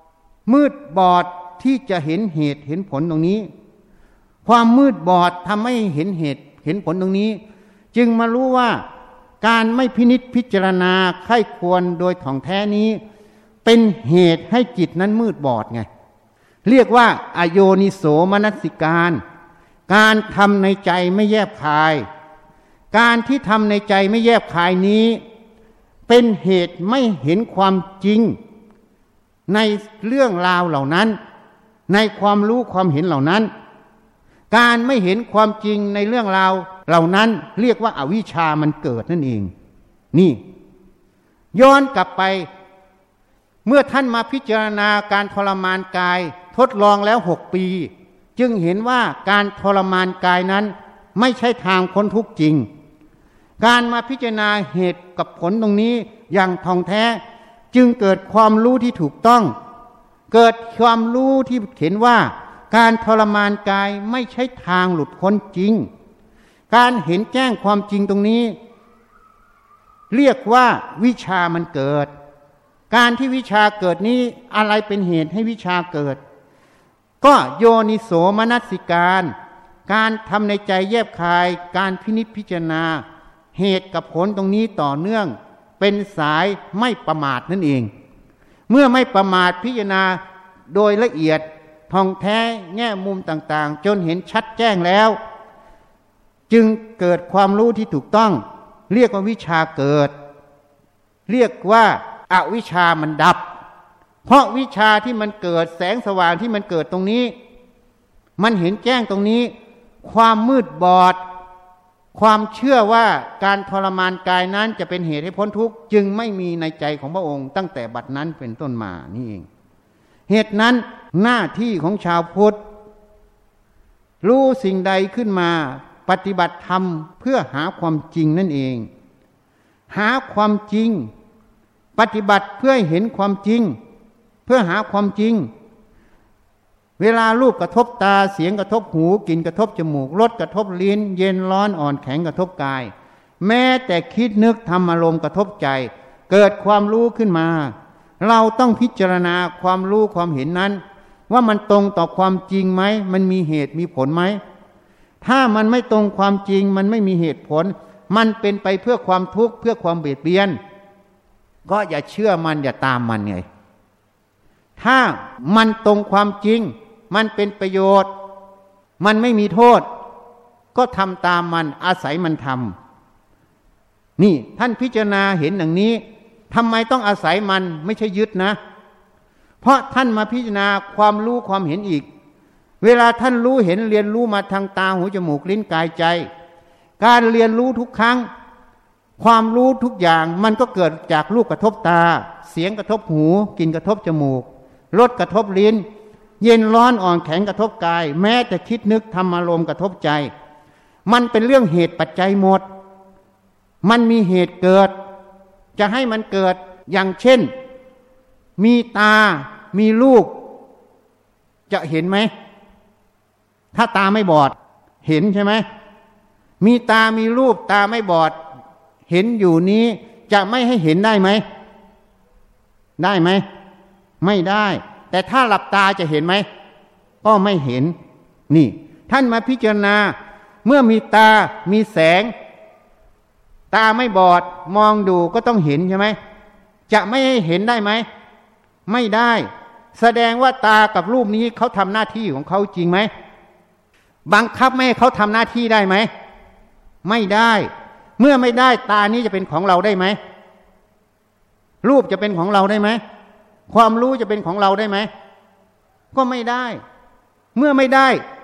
ที่จะเห็นเหตุเห็นผลตรงนี้ความมืดบอดทำให้เห็นเหตุเห็นผลตรงนี้จึงมารู้ว่าการไม่พินิจพิจารณาไข้ควรโดยถ่องแท้นี้เป็นเหตุให้จิตนั้นมืดบอดไงเรียกว่าอโยนิโสมนสิการการทำในใจไม่แยบคายการที่ทำในใจไม่แยบคายนี้เป็นเหตุไม่เห็นความจริงในเรื่องราวเหล่านั้นในความรู้ความเห็นเหล่านั้นการไม่เห็นความจริงในเรื่องราวเหล่านั้นเรียกว่าอวิชชามันเกิดนั่นเองนี่ย้อนกลับไปเมื่อท่านมาพิจารณาการทรมานกายทดลองแล้ว6 ปีจึงเห็นว่าการทรมานกายนั้นไม่ใช่ทางพ้นทุกข์จริงการมาพิจารณาเหตุกับผลตรงนี้อย่างท่องแท้จึงเกิดความรู้ที่ถูกต้องเกิดความรู้ที่เห็นว่าการทรมานกายไม่ใช่ทางหลุดพ้นจริงการเห็นแจ้งความจริงตรงนี้เรียกว่าวิชามันเกิดการที่วิชาเกิดนี้อะไรเป็นเหตุให้วิชาเกิดก็โยนิโสมนสิการการทำในใจแยบคายการพินิจพิจารณาเหตุกับผลตรงนี้ต่อเนื่องเป็นสายไม่ประมาทนั่นเองเมื่อไม่ประมาทพิจารณาโดยละเอียดท่องแท้แง่มุมต่างๆจนเห็นชัดแจ้งแล้วจึงเกิดความรู้ที่ถูกต้องเรียกว่าวิชาเกิดเรียกว่าอวิชชามันดับเพราะวิชาที่มันเกิดแสงสว่างที่มันเกิดตรงนี้มันเห็นแจ้งตรงนี้ความมืดบอดความเชื่อว่าการทรมานกายนั้นจะเป็นเหตุให้พ้นทุกข์จึงไม่มีในใจของพระองค์ตั้งแต่บัดนั้นเป็นต้นมานี่เองเหตุนั้นหน้าที่ของชาวพุทธรู้สิ่งใดขึ้นมาปฏิบัติธรรมเพื่อหาความจริงนั่นเองหาความจริงปฏิบัติเพื่อเห็นความจริงเพื่อหาความจริงเวลารูปกระทบตาเสียงกระทบหูกลิ่นกระทบจมูกรสกระทบลิ้นเย็นร้อนอ่อนแข็งกระทบกายแม้แต่คิดนึกทำอารมณ์กระทบใจเกิดความรู้ขึ้นมาเราต้องพิจารณาความรู้ความเห็นนั้นว่ามันตรงต่อความจริงไหมมันมีเหตุมีผลไหมถ้ามันไม่ตรงความจริงมันไม่มีเหตุผลมันเป็นไปเพื่อความทุกข์เพื่อความเบียดเบียนก็อย่าเชื่อมันอย่าตามมันไงถ้ามันตรงความจริงมันเป็นประโยชน์มันไม่มีโทษก็ทำตามมันอาศัยมันทำนี่ท่านพิจารณาเห็นอย่างนี้ทำไมต้องอาศัยมันไม่ใช่ยึดนะเพราะท่านมาพิจารณาความรู้ความเห็นอีกเวลาท่านรู้เห็นเรียนรู้มาทางตาหูจมูกลิ้นกายใจการเรียนรู้ทุกครั้งความรู้ทุกอย่างมันก็เกิดจากรูปกระทบตาเสียงกระทบหูกลิ่นกระทบจมูกรสกระทบลิ้นเย็นร้อนอ่อนแข็งกระทบกายแม้แต่คิดนึกทำอารมณ์กระทบใจมันเป็นเรื่องเหตุปัจจัยหมดมันมีเหตุเกิดจะให้มันเกิดอย่างเช่นมีตามีรูปจะเห็นไหมถ้าตาไม่บอดเห็นใช่ไหมมีตามีรูปตาไม่บอดเห็นอยู่นี้จะไม่ให้เห็นได้ไหมได้ไหมไม่ได้แต่ถ้าหลับตาจะเห็นไหมก็ไม่เห็นนี่ท่านมาพิจารณาเมื่อมีตามีแสงตาไม่บอดมองดูก็ต้องเห็นใช่ไหมจะไม่ให้เห็นได้ไหมไม่ได้แสดงว่าตากับรูปนี้เขาทำหน้าที่ของเขาจริงไหมบังคับไม่ให้เขาทำหน้าที่ได้ไหมไม่ได้เมื่อไม่ได้ตานี้จะเป็นของเราได้ไหมรูปจะเป็นของเราได้ไหมความรู้จะเป็นของเราได้ไหมก็ไม่ได้เมื่อไม่ได้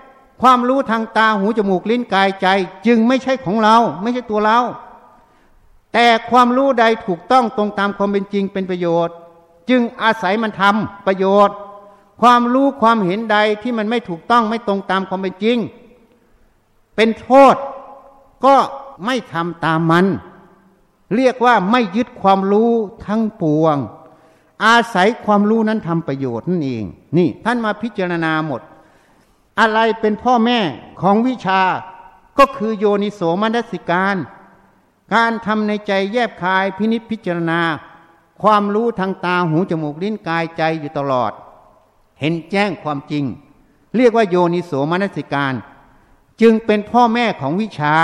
ความรู้ทางตาหูจมูกลิ้นกายใจจึงไม่ใช่ของเราไม่ใช่ตัวเราแต่ความรู้ใดถูกต้องตรงตามความเป็นจริงเป็นประโยชน์จึงอาศัยมันทำประโยชน์ความรู้ความเห็นใดที่มันไม่ถูกต้องไม่ตรงตามความเป็นจริงเป็นโทษก็ไม่ทำตามมันเรียกว่าไม่ยึดความรู้ทั้งปวงอาศัยความรู้นั้นทำประโยชน์นั่นเองนี่ท่านมาพิจารณาหมดอะไรเป็นพ่อแม่ของวิชาก็คือโยนิโสมนสิการการทำในใจแยบคายพินิจพิจารณาความรู้ทางตาหูจมูกลิ้นกายใจอยู่ตลอดเห็นแจ้งความจริงเรียกว่าโยนิโสมนสิการจึงเป็นพ่อแม่ของวิชา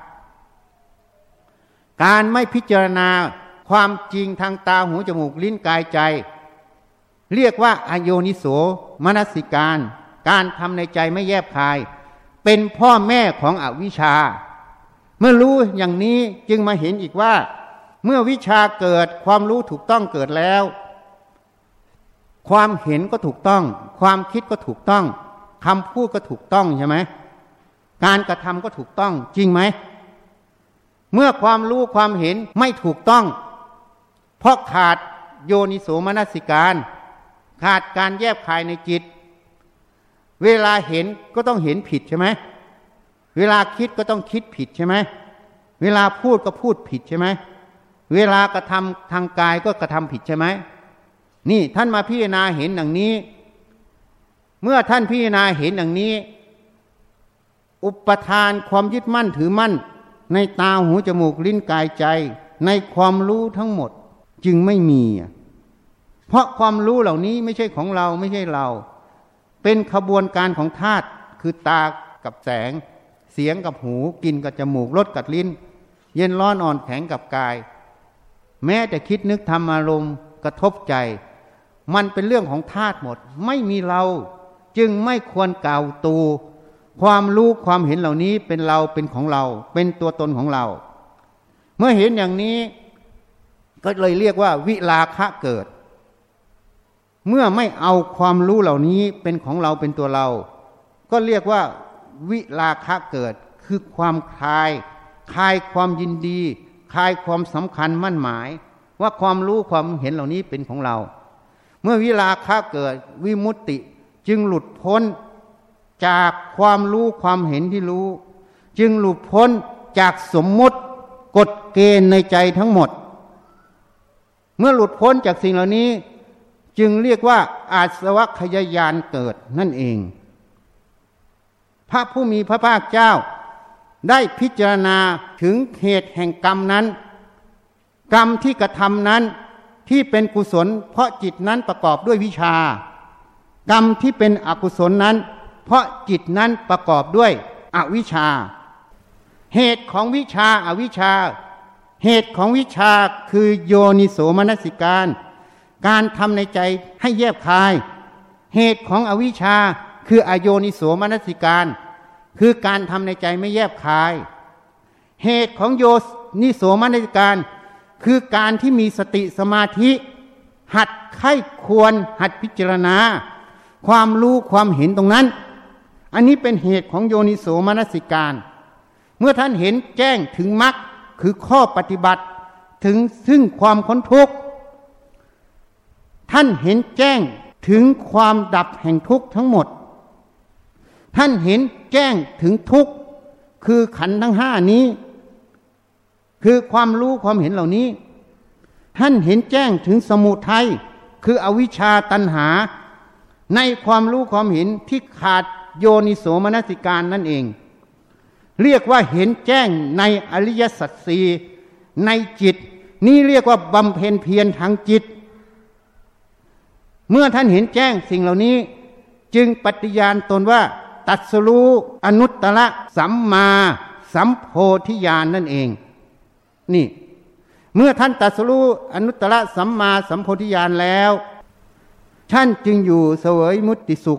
การไม่พิจารณาความจริงทางตาหูจมูกลิ้นกายใจเรียกว่าอโยนิโสมนสิการการทำในใจไม่แยบคายเป็นพ่อแม่ของอวิชชาเมื่อรู้อย่างนี้จึงมาเห็นอีกว่าเมื่อวิชาเกิดความรู้ถูกต้องเกิดแล้วความเห็นก็ถูกต้องความคิดก็ถูกต้องคำพูดก็ถูกต้องใช่ไหมการกระทำก็ถูกต้องจริงไหมเมื่อความรู้ความเห็นไม่ถูกต้องเพราะขาดโยนิโสมนสิการขาดการแยบคายในจิตเวลาเห็นก็ต้องเห็นผิดใช่ไหมเวลาคิดก็ต้องคิดผิดใช่ไหมเวลาพูดก็พูดผิดใช่ไหมเวลากระทำทางกายก็กระทำผิดใช่ไหมนี่ท่านมาพิจารณาเห็นอย่างนี้เมื่อท่านพิจารณาเห็นอย่างนี้อุปทานความยึดมั่นถือมั่นในตาหูจมูกลิ้นกายใจในความรู้ทั้งหมดจึงไม่มีเพราะความรู้เหล่านี้ไม่ใช่ของเราไม่ใช่เราเป็นขบวนการของธาตุคือตากับแสงเสียงกับหูกลิ่นกับจมูกรสกับลิ้นเย็นร้อนอ่อนแข็งกับกายแม้แต่คิดนึกทำอารมณ์กระทบใจมันเป็นเรื่องของธาตุหมดไม่มีเราจึงไม่ควรกล่าวตูความรู้ความเห็นเหล่านี้เป็นเราเป็นของเราเป็นตัวตนของเราเมื่อเห็นอย่างนี้ก็เลยเรียกว่าวิราคะเกิดเมื่อไม่เอาความรู้เหล่านี้เป็นของเราเป็นตัวเราก็เรียกว่าวิราคะเกิดคือความคลายความยินดีคลายความสำคัญมั่นหมายว่าความรู้ความเห็นเหล่านี้เป็นของเราเมื่อวิราคะเกิดวิมุตติจึงหลุดพ้นจากความรู้ความเห็นที่รู้จึงหลุดพ้นจากสมมุติกฎเกณฑ์ในใจทั้งหมดเมื่อหลุดพ้นจากสิ่งเหล่านี้จึงเรียกว่าอาสวัคยญาณเกิดนั่นเองพระผู้มีพระภาคเจ้าได้พิจารณาถึงเหตุแห่งกรรมนั้นกรรมที่กระทำนั้นที่เป็นกุศลเพราะจิตนั้นประกอบด้วยวิชากรรมที่เป็นอกุศลนั้นเพราะจิตนั้นประกอบด้วยอวิชชาเหตุของวิชาอวิชชาเหตุของวิชาคือโยนิโสมนสิการการทำในใจให้แยบคายเหตุของอวิชชาคืออโยนิโสมนสิการคือการทำในใจไม่แยบคายเหตุของโยนิโสมนสิการคือการที่มีสติสมาธิหัดไข้ควรหัดพิจารณาความรู้ความเห็นตรงนั้นอันนี้เป็นเหตุของโยนิโสมนสิการเมื่อท่านเห็นแจ้งถึงมรรคคือข้อปฏิบัติถึงซึ่งความพ้นทุกข์ท่านเห็นแจ้งถึงความดับแห่งทุกข์ทั้งหมดท่านเห็นแจ้งถึงทุกข์คือขันธ์ทั้งห้านี้คือความรู้ความเห็นเหล่านี้ท่านเห็นแจ้งถึงสมุทัยคืออวิชชาตัณหาในความรู้ความเห็นที่ขาดโยนิโสมนสิการนั่นเองเรียกว่าเห็นแจ้งในอริยสัจสี่ในจิตนี่เรียกว่าบำเพ็ญเพียรทางจิตเมื่อท่านเห็นแจ้งสิ่งเหล่านี้จึงปฏิญาณตนว่าตัสรู้อนุตตรสัมมาสัมโพธิญาณ นั่นเองนี่เมื่อท่านตัสรู้อนุตตรสัมมาสัมโพธิญาณแล้วท่านจึงอยู่เสวยมุตติสุข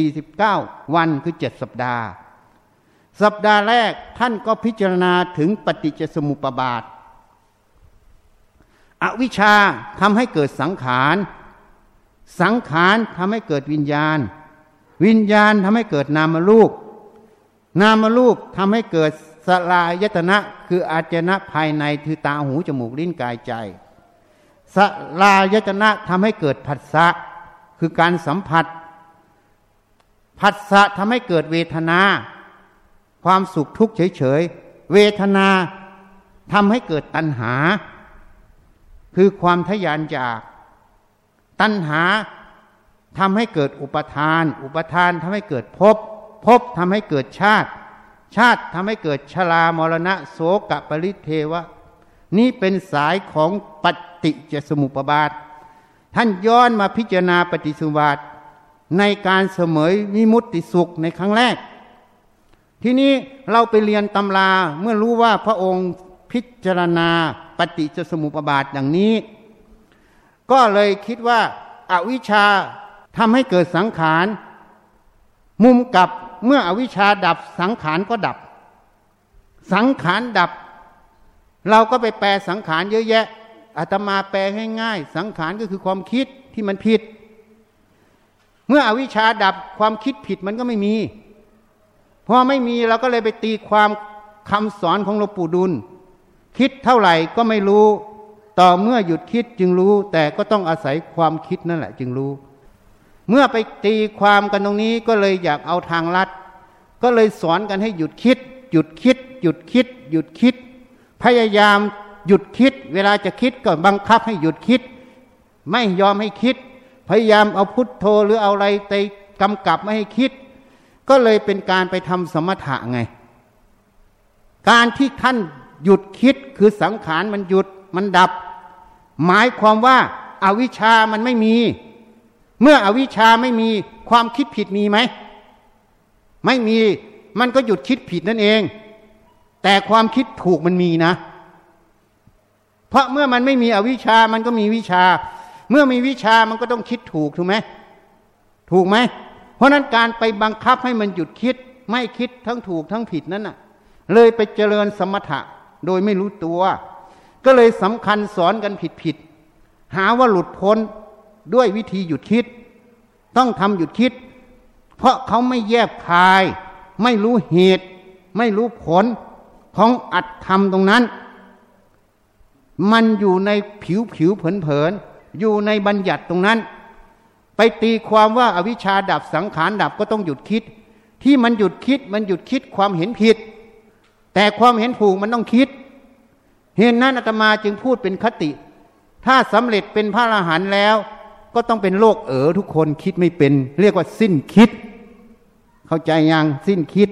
49วันคือ7สัปดาห์สัปดาห์แรกท่านก็พิจารณาถึงปฏิจจสมุปบาทอวิชชาทำให้เกิดสังขารสังขารทำให้เกิดวิญญาณวิญญาณทำให้เกิดนามรูปนามรูปทำให้เกิดสลายตนะคืออาจนะภายในคือตาหูจมูกลิ้นกายใจสลายตนะทำให้เกิดผัสสะคือการสัมผัสผัสสะทำให้เกิดเวทนาความสุขทุกข์เฉยๆเวทนาทำให้เกิดตัณหาคือความทะยานอยากตัณหาทำให้เกิดอุปทานอุปทานทำให้เกิดภพภพทำให้เกิดชาติชาติทำให้เกิดชรามรณะโสกปริเทวะนี่เป็นสายของปฏิจจสมุปบาทท่านย้อนมาพิจารณาปฏิสมุปบาทในการเสมยวิมุตติสุขในครั้งแรกทีนี้เราไปเรียนตำราเมื่อรู้ว่าพระองค์พิจารณาปฏิจจสมุปบาทอย่างนี้ก็เลยคิดว่าอวิชชาทำให้เกิดสังขารมุมกลับเมื่ออวิชชาดับสังขารก็ดับสังขารดับเราก็ไปแปลสังขารเยอะแยะอาตมาแปลให้ง่ายสังขารก็คือความคิดที่มันผิดเมื่ออวิชชาดับความคิดผิดมันก็ไม่มีพอไม่มีเราก็เลยไปตีความคำสอนของหลวงปู่ดุลคิดเท่าไหร่ก็ไม่รู้ต่อเมื่อหยุดคิดจึงรู้แต่ก็ต้องอาศัยความคิดนั่นแหละจึงรู้เมื่อไปตีความกันตรงนี้ก็เลยอยากเอาทางลัดก็เลยสอนกันให้หยุดคิดหยุดคิดหยุดคิดหยุดคิดพยายามหยุดคิดเวลาจะคิดก็บังคับให้หยุดคิดไม่ยอมให้คิดพยายามเอาพุทโธหรือเอาอะไรไปกำกับไม่ให้คิดก็เลยเป็นการไปทำสมถะไงการที่ท่านหยุดคิดคือสังขารมันหยุดมันดับหมายความว่าอาวิชชามันไม่มีเมื่ออวิชชาไม่มีความคิดผิดมีไหมไม่มีมันก็หยุดคิดผิดนั่นเองแต่ความคิดถูกมันมีนะเพราะเมื่อมันไม่มีอวิชชามันก็มีวิชาเมื่อมีวิชามันก็ต้องคิดถูกถูกไหมถูกไหมเพราะนั้นการไปบังคับให้มันหยุดคิดไม่คิดทั้งถูกทั้งผิดนั้นน่ะเลยไปเจริญสมถะโดยไม่รู้ตัวก็เลยสำคัญสอนกันผิดหาว่าหลุดพ้นด้วยวิธีหยุดคิดต้องทำหยุดคิดเพราะเขาไม่แยบคายไม่รู้เหตุไม่รู้ผลของอัตธรรมตรงนั้นมันอยู่ในผิวเผินอยู่ในบัญญัติตรงนั้นไปตีความว่าอวิชชาดับสังขารดับก็ต้องหยุดคิดที่มันหยุดคิดมันหยุดคิดความเห็นผิดแต่ความเห็นถูกมันต้องคิดเหตุนั้นอาตมาจึงพูดเป็นคติถ้าสำเร็จเป็นพระอรหันต์แล้วก็ต้องเป็นโลกทุกคนคิดไม่เป็นเรียกว่าสิ้นคิดเข้าใจยังสิ้นคิด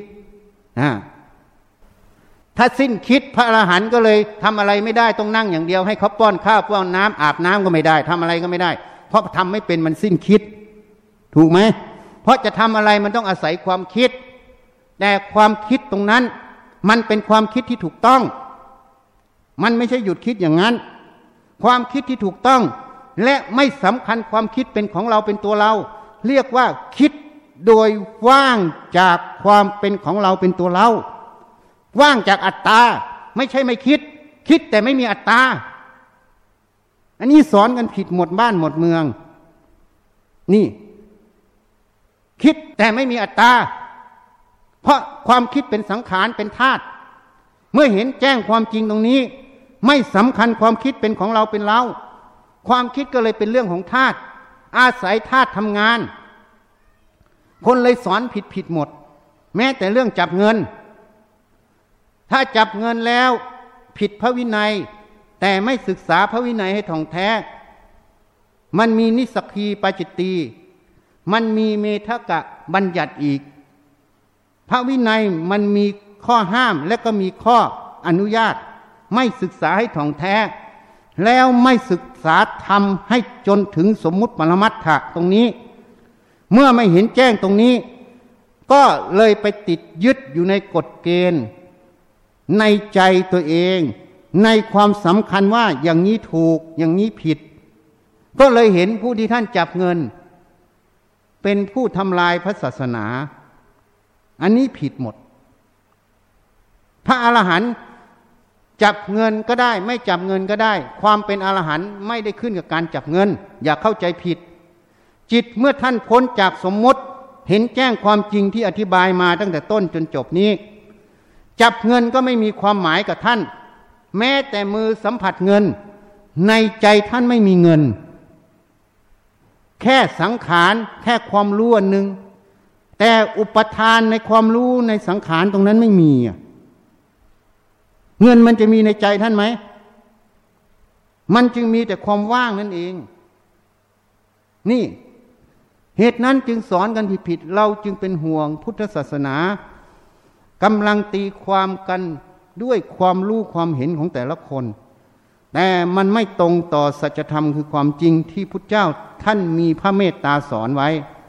ถ้าสิ้นคิดพระอรหันต์ก็เลยทำอะไรไม่ได้ต้องนั่งอย่างเดียวให้เขาป้อนข้าวป้อนน้ำอาบน้ำก็ไม่ได้ทำอะไรก็ไม่ได้เพราะทำไม่เป็นมันสิ้นคิดถูกไหมเพราะจะทำอะไรมันต้องอาศัยความคิดแต่ความคิดตรงนั้นมันเป็นความคิดที่ถูกต้องมันไม่ใช่หยุดคิดอย่างนั้นความคิดที่ถูกต้องและไม่สำคัญความคิดเป็นของเราเป็นตัวเราเรียกว่าคิดโดยว่างจากความเป็นของเราเป็นตัวเราว่างจากอัตตาไม่ใช่ไม่คิดคิดแต่ไม่มีอัตตาอันนี้สอนกันผิดหมดบ้านหมดเมืองนี่คิดแต่ไม่มีอัตตาเพราะความคิดเป็นสังขารเป็นธาตุเมื่อเห็นแจ้งความจริงตรงนี้ไม่สำคัญความคิดเป็นของเราเป็นเราความคิดก็เลยเป็นเรื่องของธาตุอาศัยธาตุทำงานคนเลยสอนผิดหมดแม้แต่เรื่องจับเงินถ้าจับเงินแล้วผิดพระวินัยแต่ไม่ศึกษาพระวินัยให้ท่องแท้มันมีนิสสกีปาจิตตีมันมีเมทกะบัญญัติอีกพระวินัยมันมีข้อห้ามและก็มีข้ออนุญาตไม่ศึกษาให้ท่องแท้แล้วไม่ศึกษาทำให้จนถึงสมมุติปรมัตถะตรงนี้เมื่อไม่เห็นแจ้งตรงนี้ก็เลยไปติดยึดอยู่ในกฎเกณฑ์ในใจตัวเองในความสำคัญว่าอย่างนี้ถูกอย่างนี้ผิดก็เลยเห็นผู้ที่ท่านจับเงินเป็นผู้ทำลายพระศาสนาอันนี้ผิดหมดพระอรหันต์จับเงินก็ได้ไม่จับเงินก็ได้ความเป็นอรหันต์ไม่ได้ขึ้นกับการจับเงินอย่าเข้าใจผิดจิตเมื่อท่านพ้นจากสมมติเห็นแจ้งความจริงที่อธิบายมาตั้งแต่ต้นจนจบนี้จับเงินก็ไม่มีความหมายกับท่านแม้แต่มือสัมผัสเงินในใจท่านไม่มีเงินแค่สังขารแค่ความรู้อันหนึ่งแต่อุปทานในความรู้ในสังขารตรงนั้นไม่มีเงินมันจะมีในใจท่านไหมมันจึงมีแต่ความว่างนั่นเองนี่เหตุนั้นจึงสอนกันผิดๆเราจึงเป็นห่วงพุทธศาสนากำลังตีความกันด้วยความรู้ความเห็นของแต่ละคนแต่มันไม่ตรงต่อสัจธรรมคือความจริงที่พุทธเจ้าท่านมีพระเมตตาสอนไว้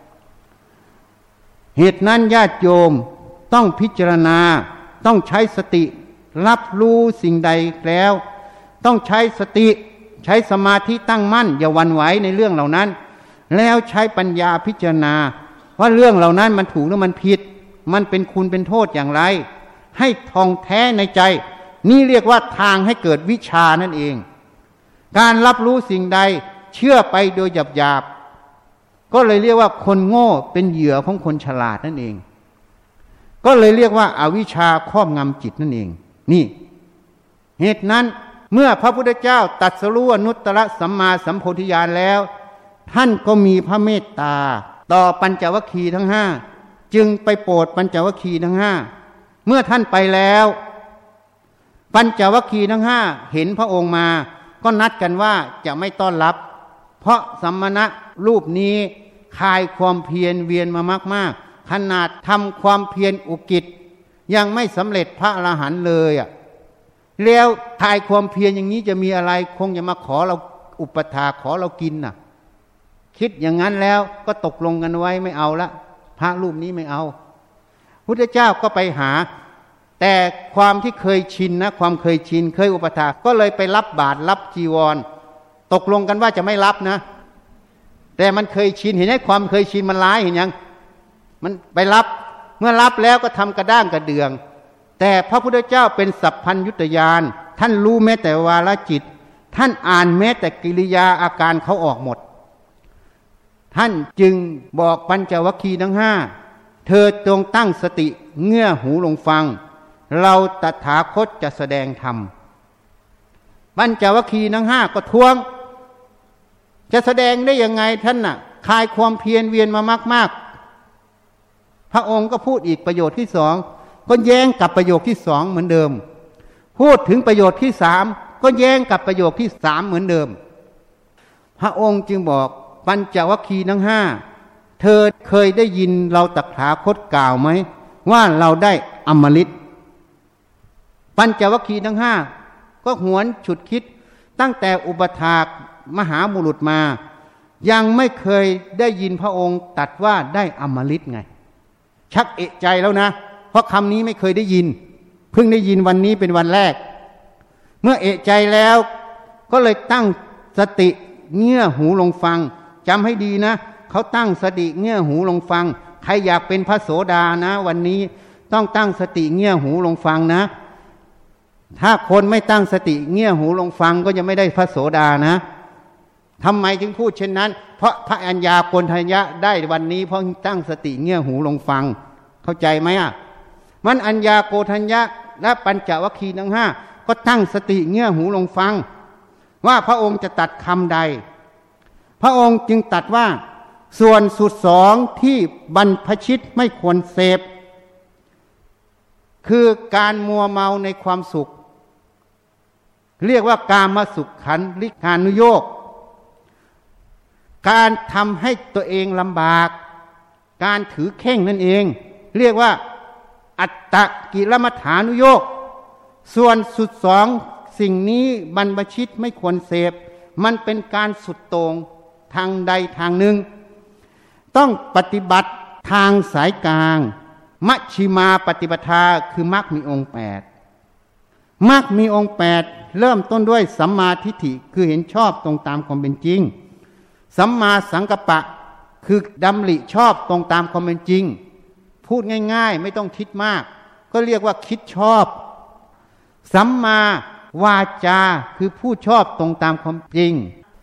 เหตุนั้นญาติโยมต้องพิจารณาต้องใช้สติรับรู้สิ่งใดแล้วต้องใช้สติใช้สมาธิตั้งมั่นอย่าหวั่นไหวในเรื่องเหล่านั้นแล้วใช้ปัญญาพิจารณาว่าเรื่องเหล่านั้นมันถูกหรือมันผิดมันเป็นคุณเป็นโทษอย่างไรให้ท่องแท้ในใจนี่เรียกว่าทางให้เกิดวิชานั่นเองการรับรู้สิ่งใดเชื่อไปโดยหยาบๆก็เลยเรียกว่าคนโง่เป็นเหยื่อของคนฉลาดนั่นเองก็เลยเรียกว่าอวิชชาครอบงำจิตนั่นเองนี่เหตุนั้นเมื่อพระพุทธเจ้าตรัสรู้อนุตตรสัมมาสัมโพธิญาณแล้วท่านก็มีพระเมตตาต่อปัญจวัคคีย์ทั้งห้าจึงไปโปรดปัญจวัคคีย์ทั้งห้าเมื่อท่านไปแล้วปัญจวัคคีย์ทั้งห้าเห็นพระองค์มาก็นัดกันว่าจะไม่ต้อนรับเพราะสัมมณะรูปนี้คายความเพียรเวียนมามากๆขนาดทำความเพียรอุกิจยังไม่สำเร็จพระอรหันต์เลยแล้วคายความเพียรอย่างนี้จะมีอะไรคงจะมาขอเราอุปถาขอเรากินคิดอย่างนั้นแล้วก็ตกลงกันไว้ไม่เอาละพระรูปนี้ไม่เอาพุทธเจ้าก็ไปหาแต่ความที่เคยชินนะความเคยชินเคยอุปถาก็เลยไปรับบาตรรับจีวรตกลงกันว่าจะไม่รับนะแต่มันเคยชินเห็นไหมความเคยชินมันร้ายเห็นยังมันไปรับเมื่อรับแล้วก็ทำกระด้างกระเดืองแต่พระพุทธเจ้าเป็นสัพพัญญุตญาณท่านรู้แม้แต่วาลจิตท่านอ่านแม้แต่กิริยาอาการเขาออกหมดท่านจึงบอกปัญจวัคคีย์ทั้งห้าเธอจงตั้งสติเงื่อหูลงฟังเราตถาคตจะแสดงธรรมปัญจวัคคีย์ทั้งห้าก็ท้วงจะแสดงได้ยังไงท่านน่ะคลายความเพียรเวียนมามากๆพระองค์ก็พูดอีกประโยชน์ที่สองก็แย้งกับประโยคที่สองเหมือนเดิมพูดถึงประโยชน์ที่สามก็แย้งกับประโยคที่สามเหมือนเดิมพระองค์จึงบอกปัญจวัคคีย์ทั้งห้าเธอเคยได้ยินเราตถาคตกล่าวไหมว่าเราได้อมฤตปัญจวัคคีย์ทั้งห้าก็หวนฉุดคิดตั้งแต่อุปถากมหาบุรุษมายังไม่เคยได้ยินพระองค์ตรัสว่าได้อมฤตไงชักเอะใจแล้วนะเพราะคำนี้ไม่เคยได้ยินเพิ่งได้ยินวันนี้เป็นวันแรกเมื่อเอะใจแล้วก็เลยตั้งสติเงื่อหูลงฟังจำให้ดีนะเขาตั้งสติเงื่อหูลงฟังใครอยากเป็นพระโสดานะวันนี้ต้องตั้งสติเงื่อหูลงฟังนะถ้าคนไม่ตั้งสติเงื่อหูลงฟังก็จะไม่ได้พระโสดานะทำไมจึงพูดเช่นนั้นเพราะพระอัญญาโกณฑัญญะได้วันนี้เพราะตั้งสติเงื่อหูลงฟังเข้าใจไหมมันอัญญาโกณฑัญญะและปัญจวัคคีย์ทั้งห้าก็ตั้งสติเงื่อหูลงฟังว่าพระองค์จะตัดคำใดพระองค์จึงตัดว่าส่วนสุดสองที่บรรพชิตไม่ควรเสพคือการมัวเมาในความสุขเรียกว่ากามสุขขันธิกานุโยคการทำให้ตัวเองลำบากการถือเข่งนั่นเองเรียกว่าอัตตกิลมัฏฐานุโยคส่วนสุดสองสิ่งนี้บรรพชิตไม่ควรเสพมันเป็นการสุดโต่งทางใดทางหนึ่งต้องปฏิบัติทางสายกลางมัชฌิมาปฏิปทาคือมรรคมีองค์8มรรคมีองค์8เริ่มต้นด้วยสัมมาทิฏฐิคือเห็นชอบตรงตามความเป็นจริงสัมมาสังกัปปะคือดำริชอบตรงตามความเป็นจริงพูดง่ายๆไม่ต้องคิดมากก็เรียกว่าคิดชอบสัมมาวาจาคือพูดชอบตรงตามความจริง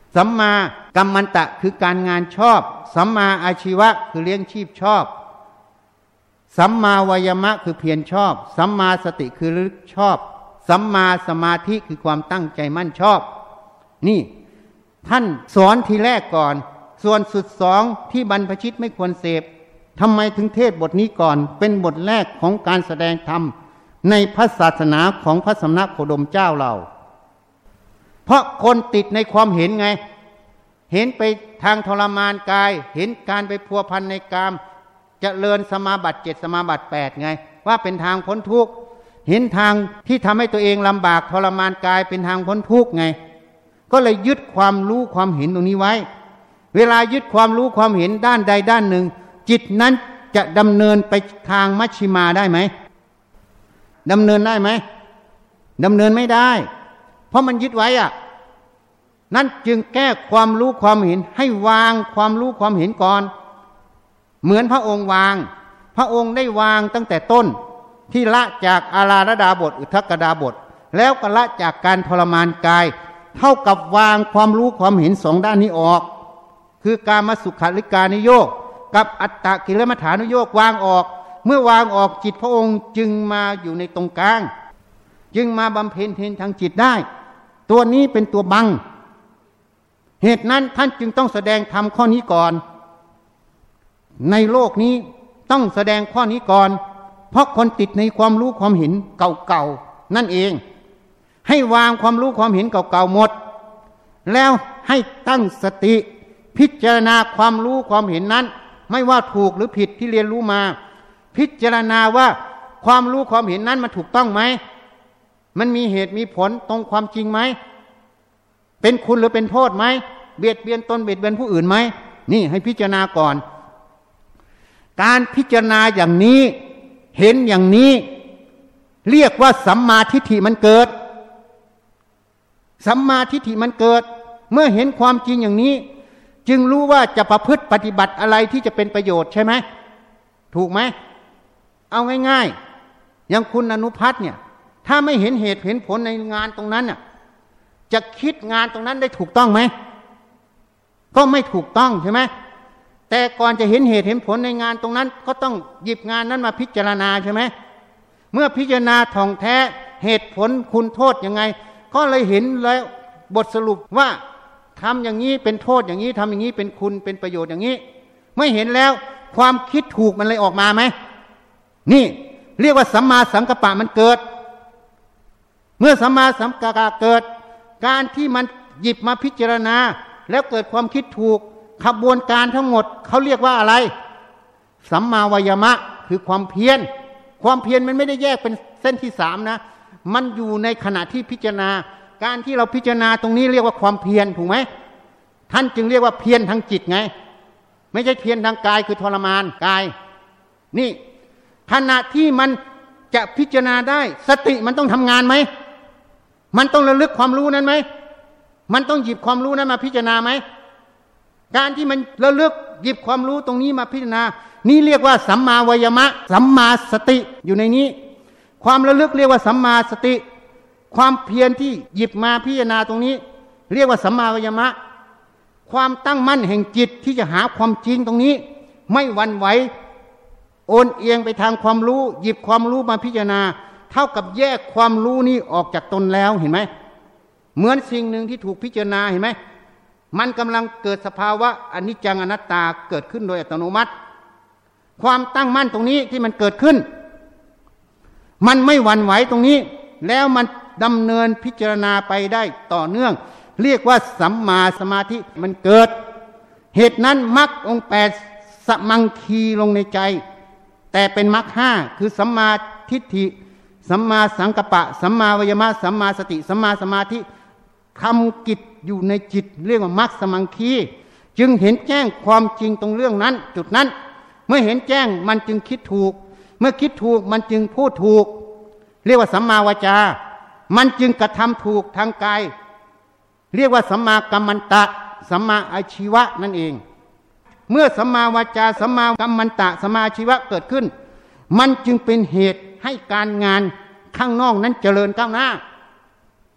สัมมากัมมันตะคือการงานชอบสัมมาอาชีวะคือเลี้ยงชีพชอบสัมมาวายามะคือเพียรชอบสัมมาสติคือระลึกชอบสัมมาสมาธิคือความตั้งใจมั่นชอบนี่ท่านสอนทีแรกก่อนส่วนสุดสองที่บรรพชิตไม่ควรเสพทำไมถึงเทศบทนี้ก่อนเป็นบทแรกของการแสดงธรรมในพระศาสนาของพระสมณโคดมเจ้าเราเพราะคนติดในความเห็นไงเห็นไปทางทรมานกายเห็นการไปพัวพันในกามเจริญสมาบัติ7สมาบัติ8ไงว่าเป็นทางพ้นทุกข์เห็นทางที่ทำให้ตัวเองลำบากทรมานกายเป็นทางพ้นทุกข์ไงก็เลยยึดความรู้ความเห็นตรงนี้ไว้เวลายึดความรู้ความเห็นด้านใดด้านหนึ่งจิตนั้นจะดำเนินไปทางมัชฌิมาได้ไหมดำเนินได้ไหมดำเนินไม่ได้เพราะมันยึดไว้อ่ะนั่นจึงแก้ความรู้ความเห็นให้วางความรู้ความเห็นก่อนเหมือนพระองค์วางพระองค์ได้วางตั้งแต่ต้นที่ละจากอาราธดาบทอุทกดาบทแล้วก็ละจากการทรมานกายเท่ากับวางความรู้ความเห็นสองด้านนี้ออกคือกามสุขาริการนิโยคกับอัตตกิลมัฏฐานุโยควางออกเมื่อวางออกจิตพระองค์จึงมาอยู่ในตรงกลางจึงมาบำเพ็ญทางจิตได้ตัวนี้เป็นตัวบังเหตุนั้นท่านจึงต้องแสดงธรรมข้อนี้ก่อนในโลกนี้ต้องแสดงข้อนี้ก่อนเพราะคนติดในความรู้ความเห็นเก่าๆนั่นเองให้วางความรู้ความเห็นเก่าๆหมดแล้วให้ตั้งสติพิจารณาความรู้ความเห็นนั้นไม่ว่าถูกหรือผิดที่เรียนรู้มาพิจารณาว่าความรู้ความเห็นนั้นมันถูกต้องไหมมันมีเหตุมีผลตรงความจริงไหมเป็นคุณหรือเป็นโทษไหมเบียดเบียนตนเบียดเบียนผู้อื่นไหมนี่ให้พิจารณาก่อนการพิจารณาอย่างนี้เห็นอย่างนี้เรียกว่าสัมมาทิฏฐิมันเกิดสัมมาทิฏฐิมันเกิดเมื่อเห็นความจริงอย่างนี้จึงรู้ว่าจะประพฤติปฏิบัติอะไรที่จะเป็นประโยชน์ใช่ไหมถูกไหมเอาง่ายๆอย่างคุณอนุพัฒน์เนี่ยถ้าไม่เห็นเหตุเห็นผลในงานตรงนั้นน่ะจะคิดงานตรงนั้นได้ถูกต้องไหมก็ไม่ถูกต้องใช่ไหมแต่ก่อนจะเห็นเหตุเห็นผลในงานตรงนั้นก็ต้องหยิบงานนั้นมาพิจารณาใช่ไหมเมื่อพิจารณาท่องแท้เหตุผลคุณโทษยังไงก็เลยเห็นแล้วบทสรุปว่าทำอย่างนี้เป็นโทษอย่างนี้ทำอย่างนี้เป็นคุณเป็นประโยชน์อย่างนี้ไม่เห็นแล้วความคิดถูกมันเลยออกมาไหมนี่เรียกว่าสัมมาสังกัปปะมันเกิดเมื่อสัมมาสังกัปปะเกิดการที่มันหยิบมาพิจารณาแล้วเกิดความคิดถูกขบวนการทั้งหมดเขาเรียกว่าอะไรสัมมาวายามะคือความเพียรความเพียรมันไม่ได้แยกเป็นเส้นที่3นะมันอยู่ในขณะที่พิจารณาการที่เราพิจารณาตรงนี้เรียกว่าความเพียรถูกไหมท่านจึงเรียกว่าเพียรทางจิตไงไม่ใช่เพียรทางกายคือทรมานกายนี่ขณะที่มันจะพิจารณาได้สติมันต้องทำงานไหมมันต้องระลึกความรู้นั้นไหมมันต้องหยิบความรู้นั้นมาพิจารณาไหมการที่มันระลึกหยิบความรู้ตรงนี้มาพิจารณานี่เรียกว่าสัมมาวายามะสัมมาสติอยู่ในนี้ความระลึกเรียกว่าสัมมาสติความเพียรที่หยิบมาพิจารณาตรงนี้เรียกว่าสัมมาวายามะความตั้งมั่นแห่งจิตที่จะหาความจริงตรงนี้ไม่หวั่นไหวโอนเอียงไปทางความรู้หยิบความรู้มาพิจารณาเท่ากับแยกความรู้นี้ออกจากตนแล้วเห็นไหมเหมือนสิ่งหนึ่งที่ถูกพิจารณาเห็นไหมมันกำลังเกิดสภาวะอนิจจังอนัตตาเกิดขึ้นโดยอัตโนมัติความตั้งมั่นตรงนี้ที่มันเกิดขึ้นมันไม่หวั่นไหวตรงนี้แล้วมันดำเนินพิจารณาไปได้ต่อเนื่องเรียกว่าสัมมาสมาธิมันเกิดเหตุนั้นมรรคองค์8สมังคีลงในใจแต่เป็นมรรค5คือสัมมาทิฏฐิสัมมาสังกัปปะสัมมาวายามะสัมมาสติสัมมาสมาธิทำกิจอยู่ในจิตเรียกว่ามรรคสมังคีจึงเห็นแจ้งความจริงตรงเรื่องนั้นจุดนั้นเมื่อเห็นแจ้งมันจึงคิดถูกเมื่อคิดถูกมันจึงพูดถูกเรียกว่าสัมมาวาจามันจึงกระทำถูกทางกายเรียกว่าสัมมากัมมันตะสัมมาอาชีวะนั่นเองเมื่อสัมมาวาจาสัมมากัมมันตะสัมมาอาชีวะเกิดขึ้นมันจึงเป็นเหตุให้การงานข้างนอกนั้นเจริญก้าวหน้า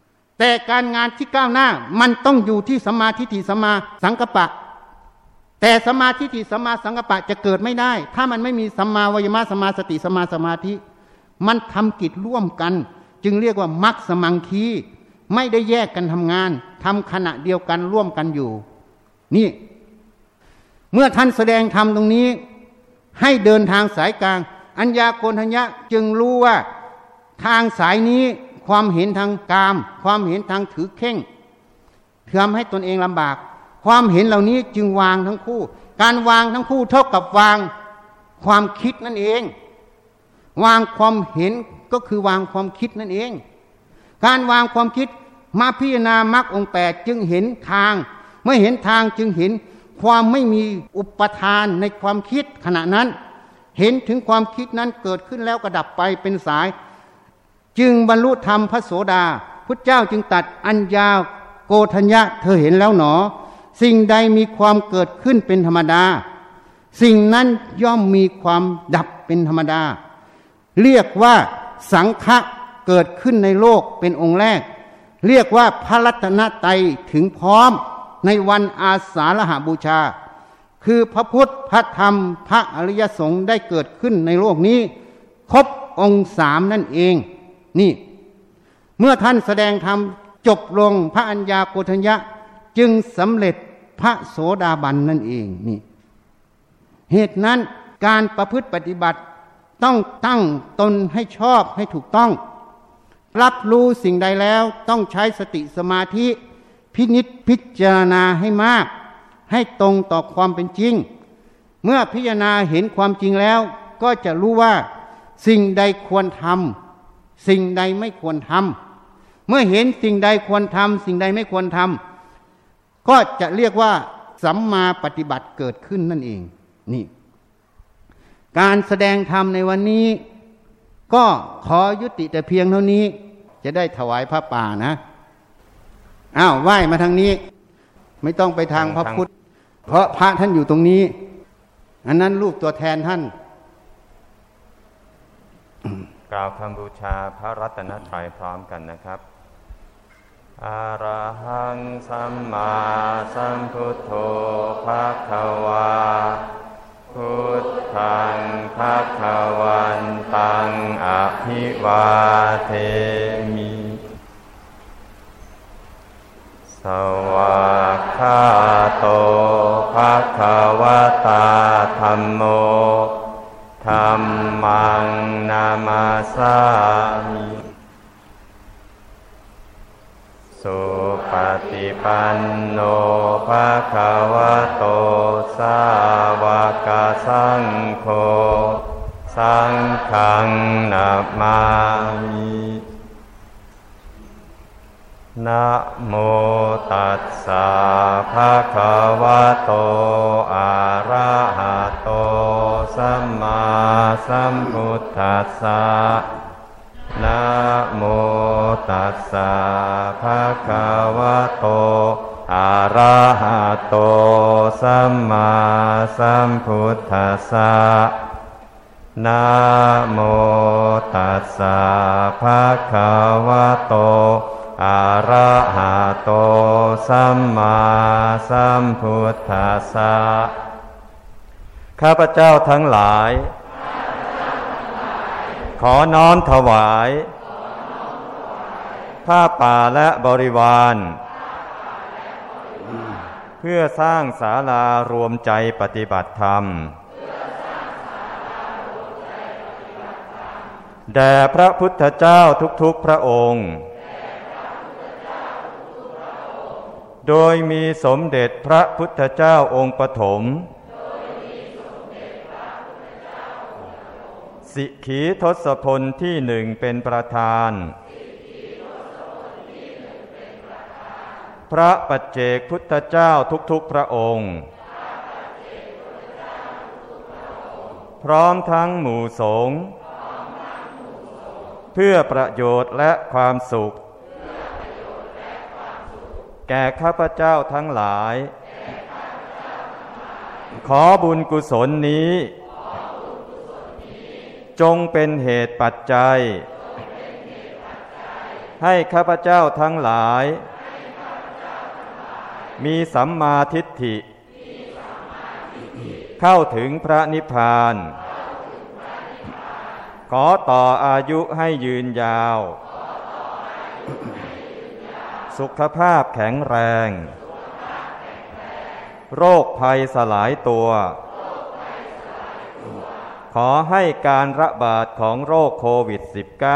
แต่การงานที่ก้าวหน้ามันต้องอยู่ที่สัมมาทิฏฐิสัมมาสังกัปปะแต่สัมมาทิฏฐิสัมมาสังกัปปะจะเกิดไม่ได้ถ้ามันไม่มีสัมมาวายามะสัมมาสติสัมมาสมาธิมันทำกิจร่วมกันจึงเรียกว่ามรรคสมังคีไม่ได้แยกกันทำงานทำขณะเดียวกันร่วมกันอยู่นี่เมื่อท่านแสดงธรรมตรงนี้ให้เดินทางสายกลางอัญญาโกณทัญญะจึงรู้ว่าทางสายนี้ความเห็นทางกามความเห็นทางถือเข่งทำให้ตนเองลำบากความเห็นเหล่านี้จึงวางทั้งคู่การวางทั้งคู่เท่ากับวางความคิดนั่นเองวางความเห็นก็คือวางความคิดนั่นเองการวางความคิดมาพิจารณามรรคองค์8จึงเห็นทางเมื่อเห็นทางจึงเห็นความไม่มีอุปทานในความคิดขณะนั้นเห็นถึงความคิดนั้นเกิดขึ้นแล้วก็ดับไปเป็นสายจึงบรรลุธรรมพระโสดาพุทธเจ้าจึงตรัสอัญญาโกณทัญญะเธอเห็นแล้วหนอสิ่งใดมีความเกิดขึ้นเป็นธรรมดาสิ่งนั้นย่อมมีความดับเป็นธรรมดาเรียกว่าสังฆะเกิดขึ้นในโลกเป็นองค์แรกเรียกว่าพระรัตนตรัยถึงพร้อมในวันอาสาฬหบูชาคือพระพุทธพระธรรมพระอริยสงฆ์ได้เกิดขึ้นในโลกนี้ครบองค์3นั่นเองนี่เมื่อท่านแสดงธรรมจบลงพระอัญญาโกณทัญญะจึงสำเร็จพระโสดาบันนั่นเองนี่เหตุนั้นการประพฤติปฏิบัติต้องตั้งตนให้ชอบให้ถูกต้องรับรู้สิ่งใดแล้วต้องใช้สติสมาธิพินิจพิจารณาให้มากให้ตรงต่อความเป็นจริงเมื่อพิจารณาเห็นความจริงแล้วก็จะรู้ว่าสิ่งใดควรทำสิ่งใดไม่ควรทำเมื่อเห็นสิ่งใดควรทำสิ่งใดไม่ควรทำก็จะเรียกว่าสัมมาปฏิบัติเกิดขึ้นนั่นเองนี่การแสดงธรรมในวันนี้ก็ขอยุติแต่เพียงเท่านี้จะได้ถวายพระป่านะอ้าวไหว้มาทางนี้ไม่ต้องไปทางพระพุทธเพราะพระท่านอยู่ตรงนี้อันนั้นรูปตัวแทนท่านกล่าวคำบูชาพระรัตนตรัยพร้อมกันนะครับอะระหังสัมมาสัมพุทโธภคะวาพุทธังภคะวันตังอภิวาเทมิสวากขาโตภคะวตาธัมโมธัมมังนามาสามิสุปฏิปันโนภคะวะโตสาวกสังโฆสังฆังนะมามินะโมตัสสะภะคะวะโตอะระหะโตสัมมาสัมพุทธัสสะนะโมตัสสะภะคะวะโตอะระหะโตสัมมาสัมพุทธัสสะนะโมตัสสะภะคะวะโตอะระหะโตสัมมาสัมพุทธัสสะข้าพเจ้าทั้งหลายขอน้อมถวายผ้าป่าและบริวารเพื่อสร้างศาลารวมใจปฏิบัติธรรมแด่พระพุทธเจ้าทุกๆพระองค์โดยมีสมเด็จพระพุทธเจ้าองค์ปฐมสิขีทศพลที่หนึ่งเป็นประธานพระปัจเจกพุทธเจ้าทุกๆพระองค์พร้อมทั้งหมู่สงฆ์เพื่อประโยชน์และความสุขแก่ข้าพเจ้าทั้งหลายขอบุญกุศลนี้จงเป็นเหตุปัจจัยให้ข้าพเจ้าทั้งหลายมีสัมมาทิฏฐิเข้าถึงพระนิพพานขอต่ออายุให้ยืนยาวสุขภาพแข็งแรงโรคภัยสลายตัวขอให้การระบาดของโรคโควิด -19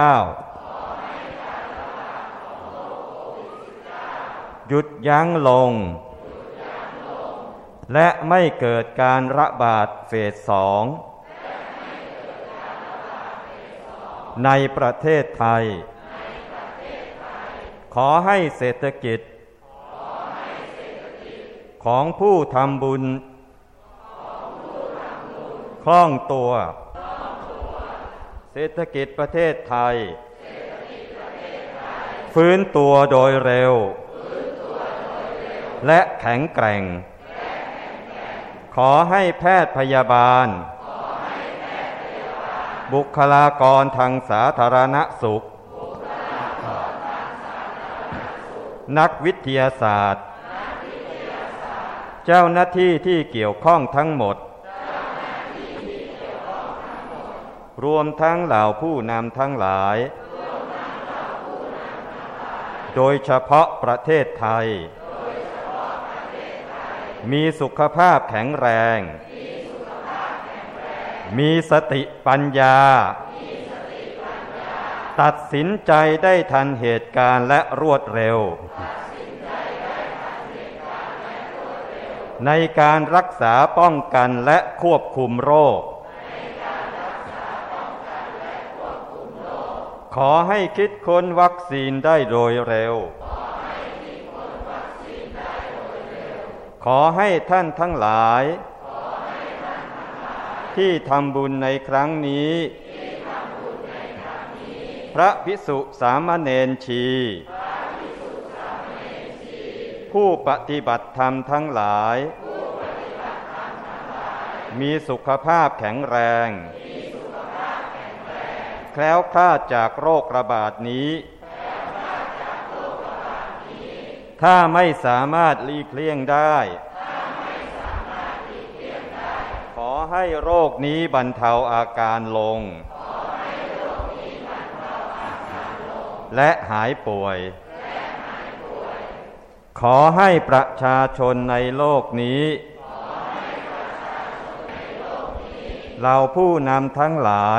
หยุดยั้งลงและไม่เกิดการระบาดเฟส 2ในประเทศไทยขอให้เศรษฐกิจของผู้ทำบุญคล่องตัวเศรษฐกิจประเทศไทยฟื้นตัวโดยเร็วและแข็งแกร่งขอให้แพทย์พยาบาลบุคลากรทางสาธารณสุขนักวิทยาศาสตร์เจ้าหน้าที่ที่เกี่ยวข้องทั้งหมดรวมทั้งเหล่าผู้นำทั้งหลายโดยเฉพาะประเทศไทยมีสุขภาพแข็งแรงมีสติปัญญาตัดสินใจได้ทันเหตุการณ์และรวดเร็วในการรักษาป้องกันและควบคุมโรคขอให้คิดค้นวัคซีนได้โดยเร็วขอให้ท่านทั้งหลายที่ทำบุญในครั้งนี้พระภิกษุสามเณรชีผู้ปฏิบัติธรรมทั้งหลายมีสุขภาพแข็งแรงแคล้วคลาดจากโรคระบาดนี้ถ้าไม่สามารถหลีกเลี่ยงได้ขอให้โรคนี้บรรเทาอาการลงและหายป่วยขอให้ประชาชนในโลกนี้เราผู้นำทั้งหลาย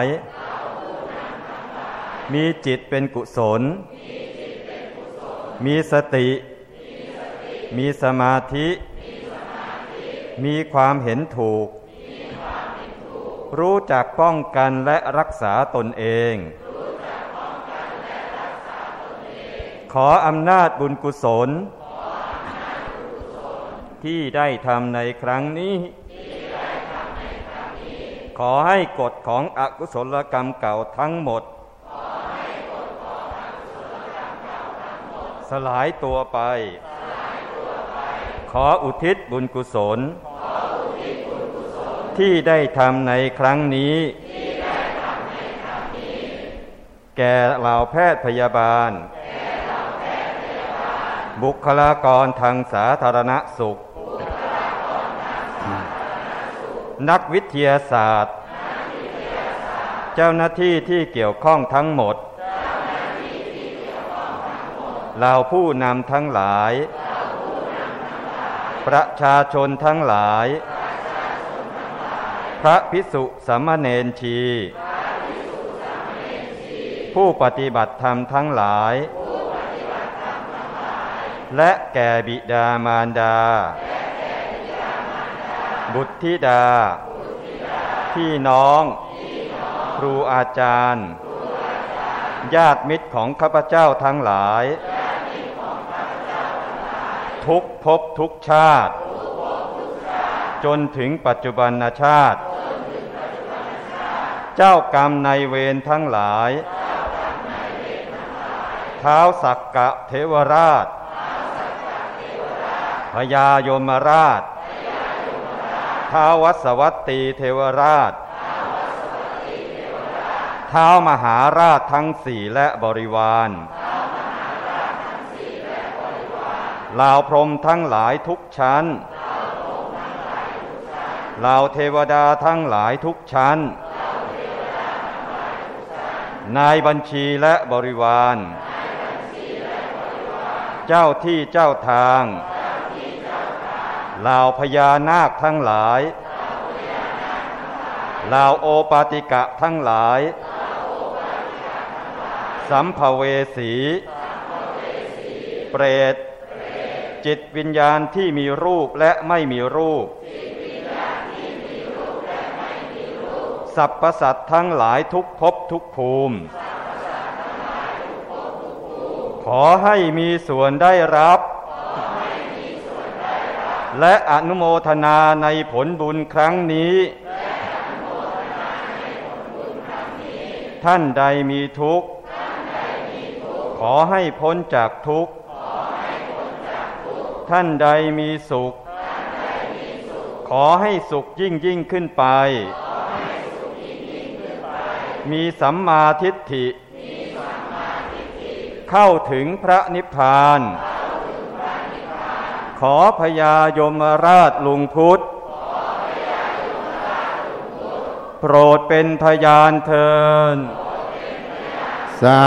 มีจิตเป็นกุศลมีสติมีสมาธิมีความเห็นถูกรู้จักป้องกันและรักษาตนเองขออำนาจบุญกุศลที่ได้ทำในครั้งนี้ขอให้กฎของอกุศลกรรมเก่าทั้งหมดสลายตัวไปขออุทิศบุญกุศลที่ได้ทำในครั้งนี้แก่เหล่าแพทย์พยาบาลบุคลากรทางสาธารณสุขนักวิทยาศาสตร์เจ้าหน้าที่ที่เกี่ยวข้องทั้งหมดเหล่าผู้นำทั้งหลายประชาชนทั้งหลายพระภิกษุสามเณรชีผู้ปฏิบัติธรรมทั้งหลายและแก่บิดามารดาบุตรธิดาพี่น้องครูอาจารย์ญาติมิตรของข้าพเจ้าทั้งหลายทุกภพทุกชาติจนถึงปัจจุบันชาติเจ้ากรรมนายเวรทั้งหลายท้าวสักกะเทวราชพญายมราชท้าววัสวัตตีเทวราชท้าวมหาราชทั้งสี่และบริวารเหล่าพรหมทั้งหลายทุกชั้นเหล่าเทวดาทั้งหลายทุกชั้นนายบัญชีและบริวารเจ้าที่เจ้าทางเหล่าพญานาคทั้งหลายเหล่าโอปาติกะทั้งหลายสัมภเวสีเปรตจิตวิญญาณที่มีรูปและไม่มีรูปสรรพสัตว์ทั้งหลายทุกภพทุกภูมิขอให้มีส่วนได้รับและอนุโมทนาในผลบุญครั้งนี้ท่านใดมีทุกข์ขอให้พ้นจากทุกข์ท่านใดมีสุขขอให้สุขยิ่งขึ้นไปมีสัมมาทิฏฐิเข้าถึงพระนิพพานขอพญายมราชลุงพุทธโปรดเป็นพยานเถิดสา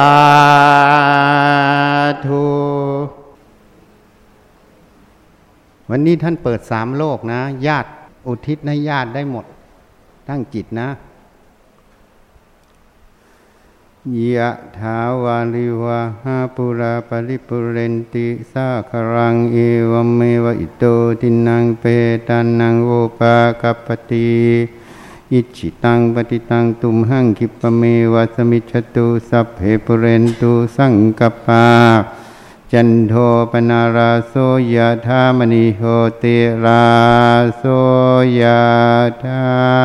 ธุวันนี้ท่านเปิด3โลกนะญาติอุทิศให้ญาติได้หมดตั้งจิตนะยะถาวาริวะหาปุราปริปุเรนติสาครังเอวเมวะอิโตทินังเปตานังโอปากัปปติอิจิตังปฏิตังตุมหังคิปะเมวะสมิจฉตุสัพเพปุเรนตุสังกัปปาจันโทปนาราโสยะธามณิโหติราโสยะธา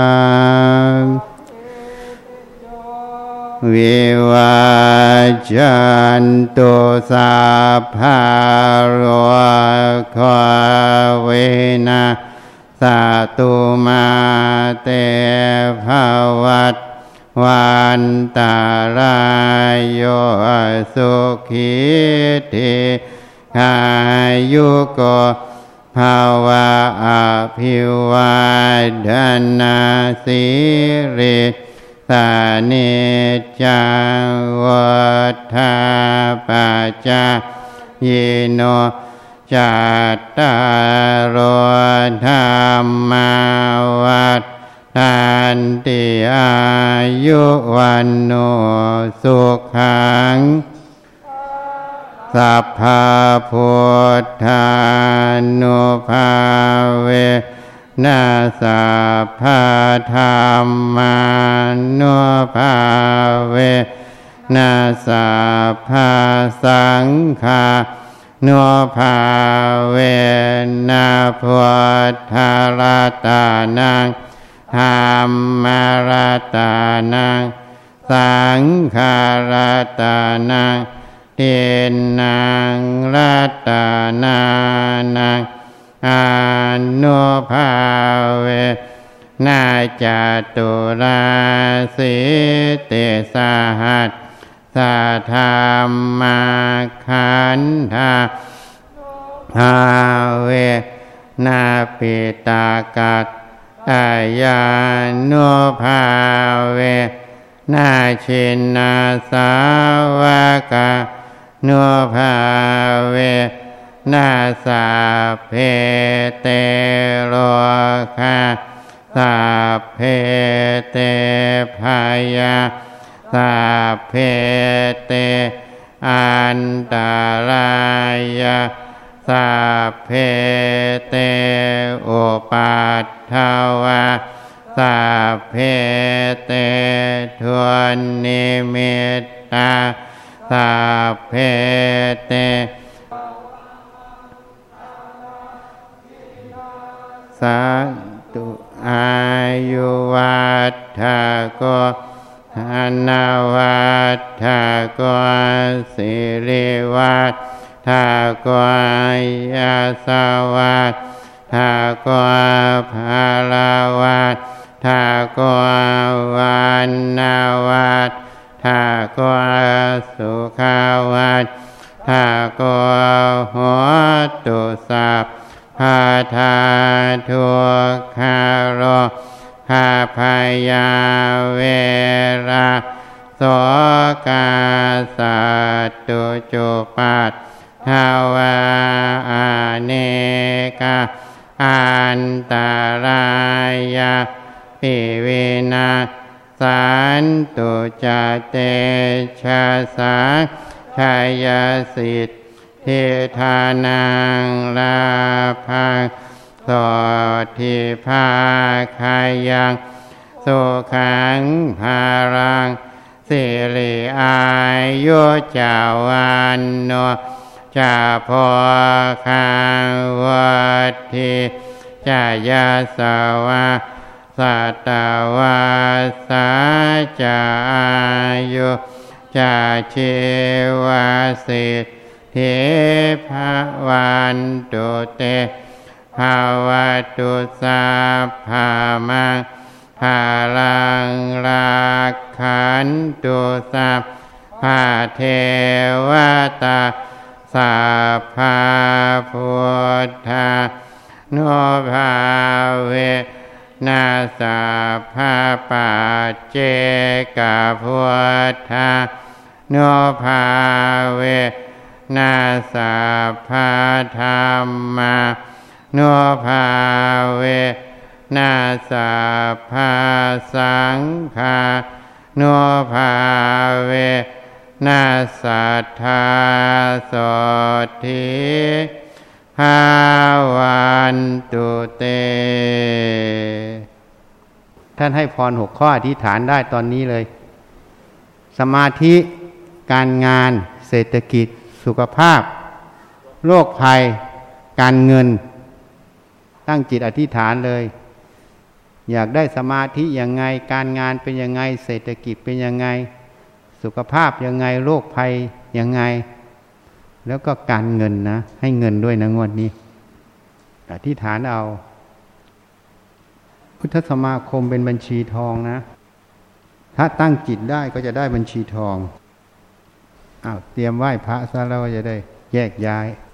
วิวาจันตุสัพพะโรโควินาสตุมาเตภวัตวันตารายโยสุขิธิขายุโกภาวะอภิวาทนาสิริสานิจังวัฏาปัจจายโนจัตตารโอธรรมาวัฏฏันติอายุวันโนสุขังสัพพะพุทธานุภาเวนะสัพพะธัมมานุภาเวนะสัพพะสังฆานุภาเวนะพุทธรัตนังธัมมรัตนังสังฆรัตนังตินังรัตนานังอนุภาเวนะจตุราสิเตสหัสสะธรรมาขันธาภาเวนะปิตากัตตายานุภาเวนะชินนาสาวกานุภาเวนะสัพเพเตโลกาสัพเพเตพยาสัพเพเตอันตรายาสัพเพเตอุปัฏฐวาสัพเพเตทวนนิมิตตาสัพเพเตสันตุอายุวัฏฐโกธนาวัฏฐโกสิริวัฏฐโกยาสวัฏฐโกภาลาวัฏฐโกวันนาวัฏฐโกสุขาวัฏฐทาโกโหตุสัพพะทาทุกขาโรคาพยาเวราโสกาสัตตุจุปัฏฐาวาเนกาอันตรายาปิวินาสันตุจเตชะสาชัยสิทธิธานังลาภังโสทิภาคายังสุขังภารังสิริอายุจาวันโนจาโพคังวัฏทิจายาสวะสัตวาสาจาอายุจาชีวาสิทธิภวันตุเตภาวตุสัพพะมังภาลังรักขันตุสัพพะเทวตาสัพพะพุทธานุภาเวนะสัพพะปัจเจกพุทธานุภาเวนะสัพพะธัมมานุภาเวนะสัพพะสังฆานุภาเวนะสัทธาโสทิภาวันตุเตท่านให้พร6ข้ออธิษฐานได้ตอนนี้เลยสมาธิการงานเศรษฐกิจสุขภาพโรคภัยการเงินตั้งจิตอธิษฐานเลยอยากได้สมาธิยังไงการงานเป็นยังไงเศรษฐกิจเป็นยังไงสุขภาพยังไงโรคภัยยังไงแล้วก็การเงินนะให้เงินด้วยนะงวดนี้อธิษฐานเอาพุทธสมาคมเป็นบัญชีทองนะถ้าตั้งจิตได้ก็จะได้บัญชีทองเตรียมไหว้พระซะแล้วจะได้แยกย้าย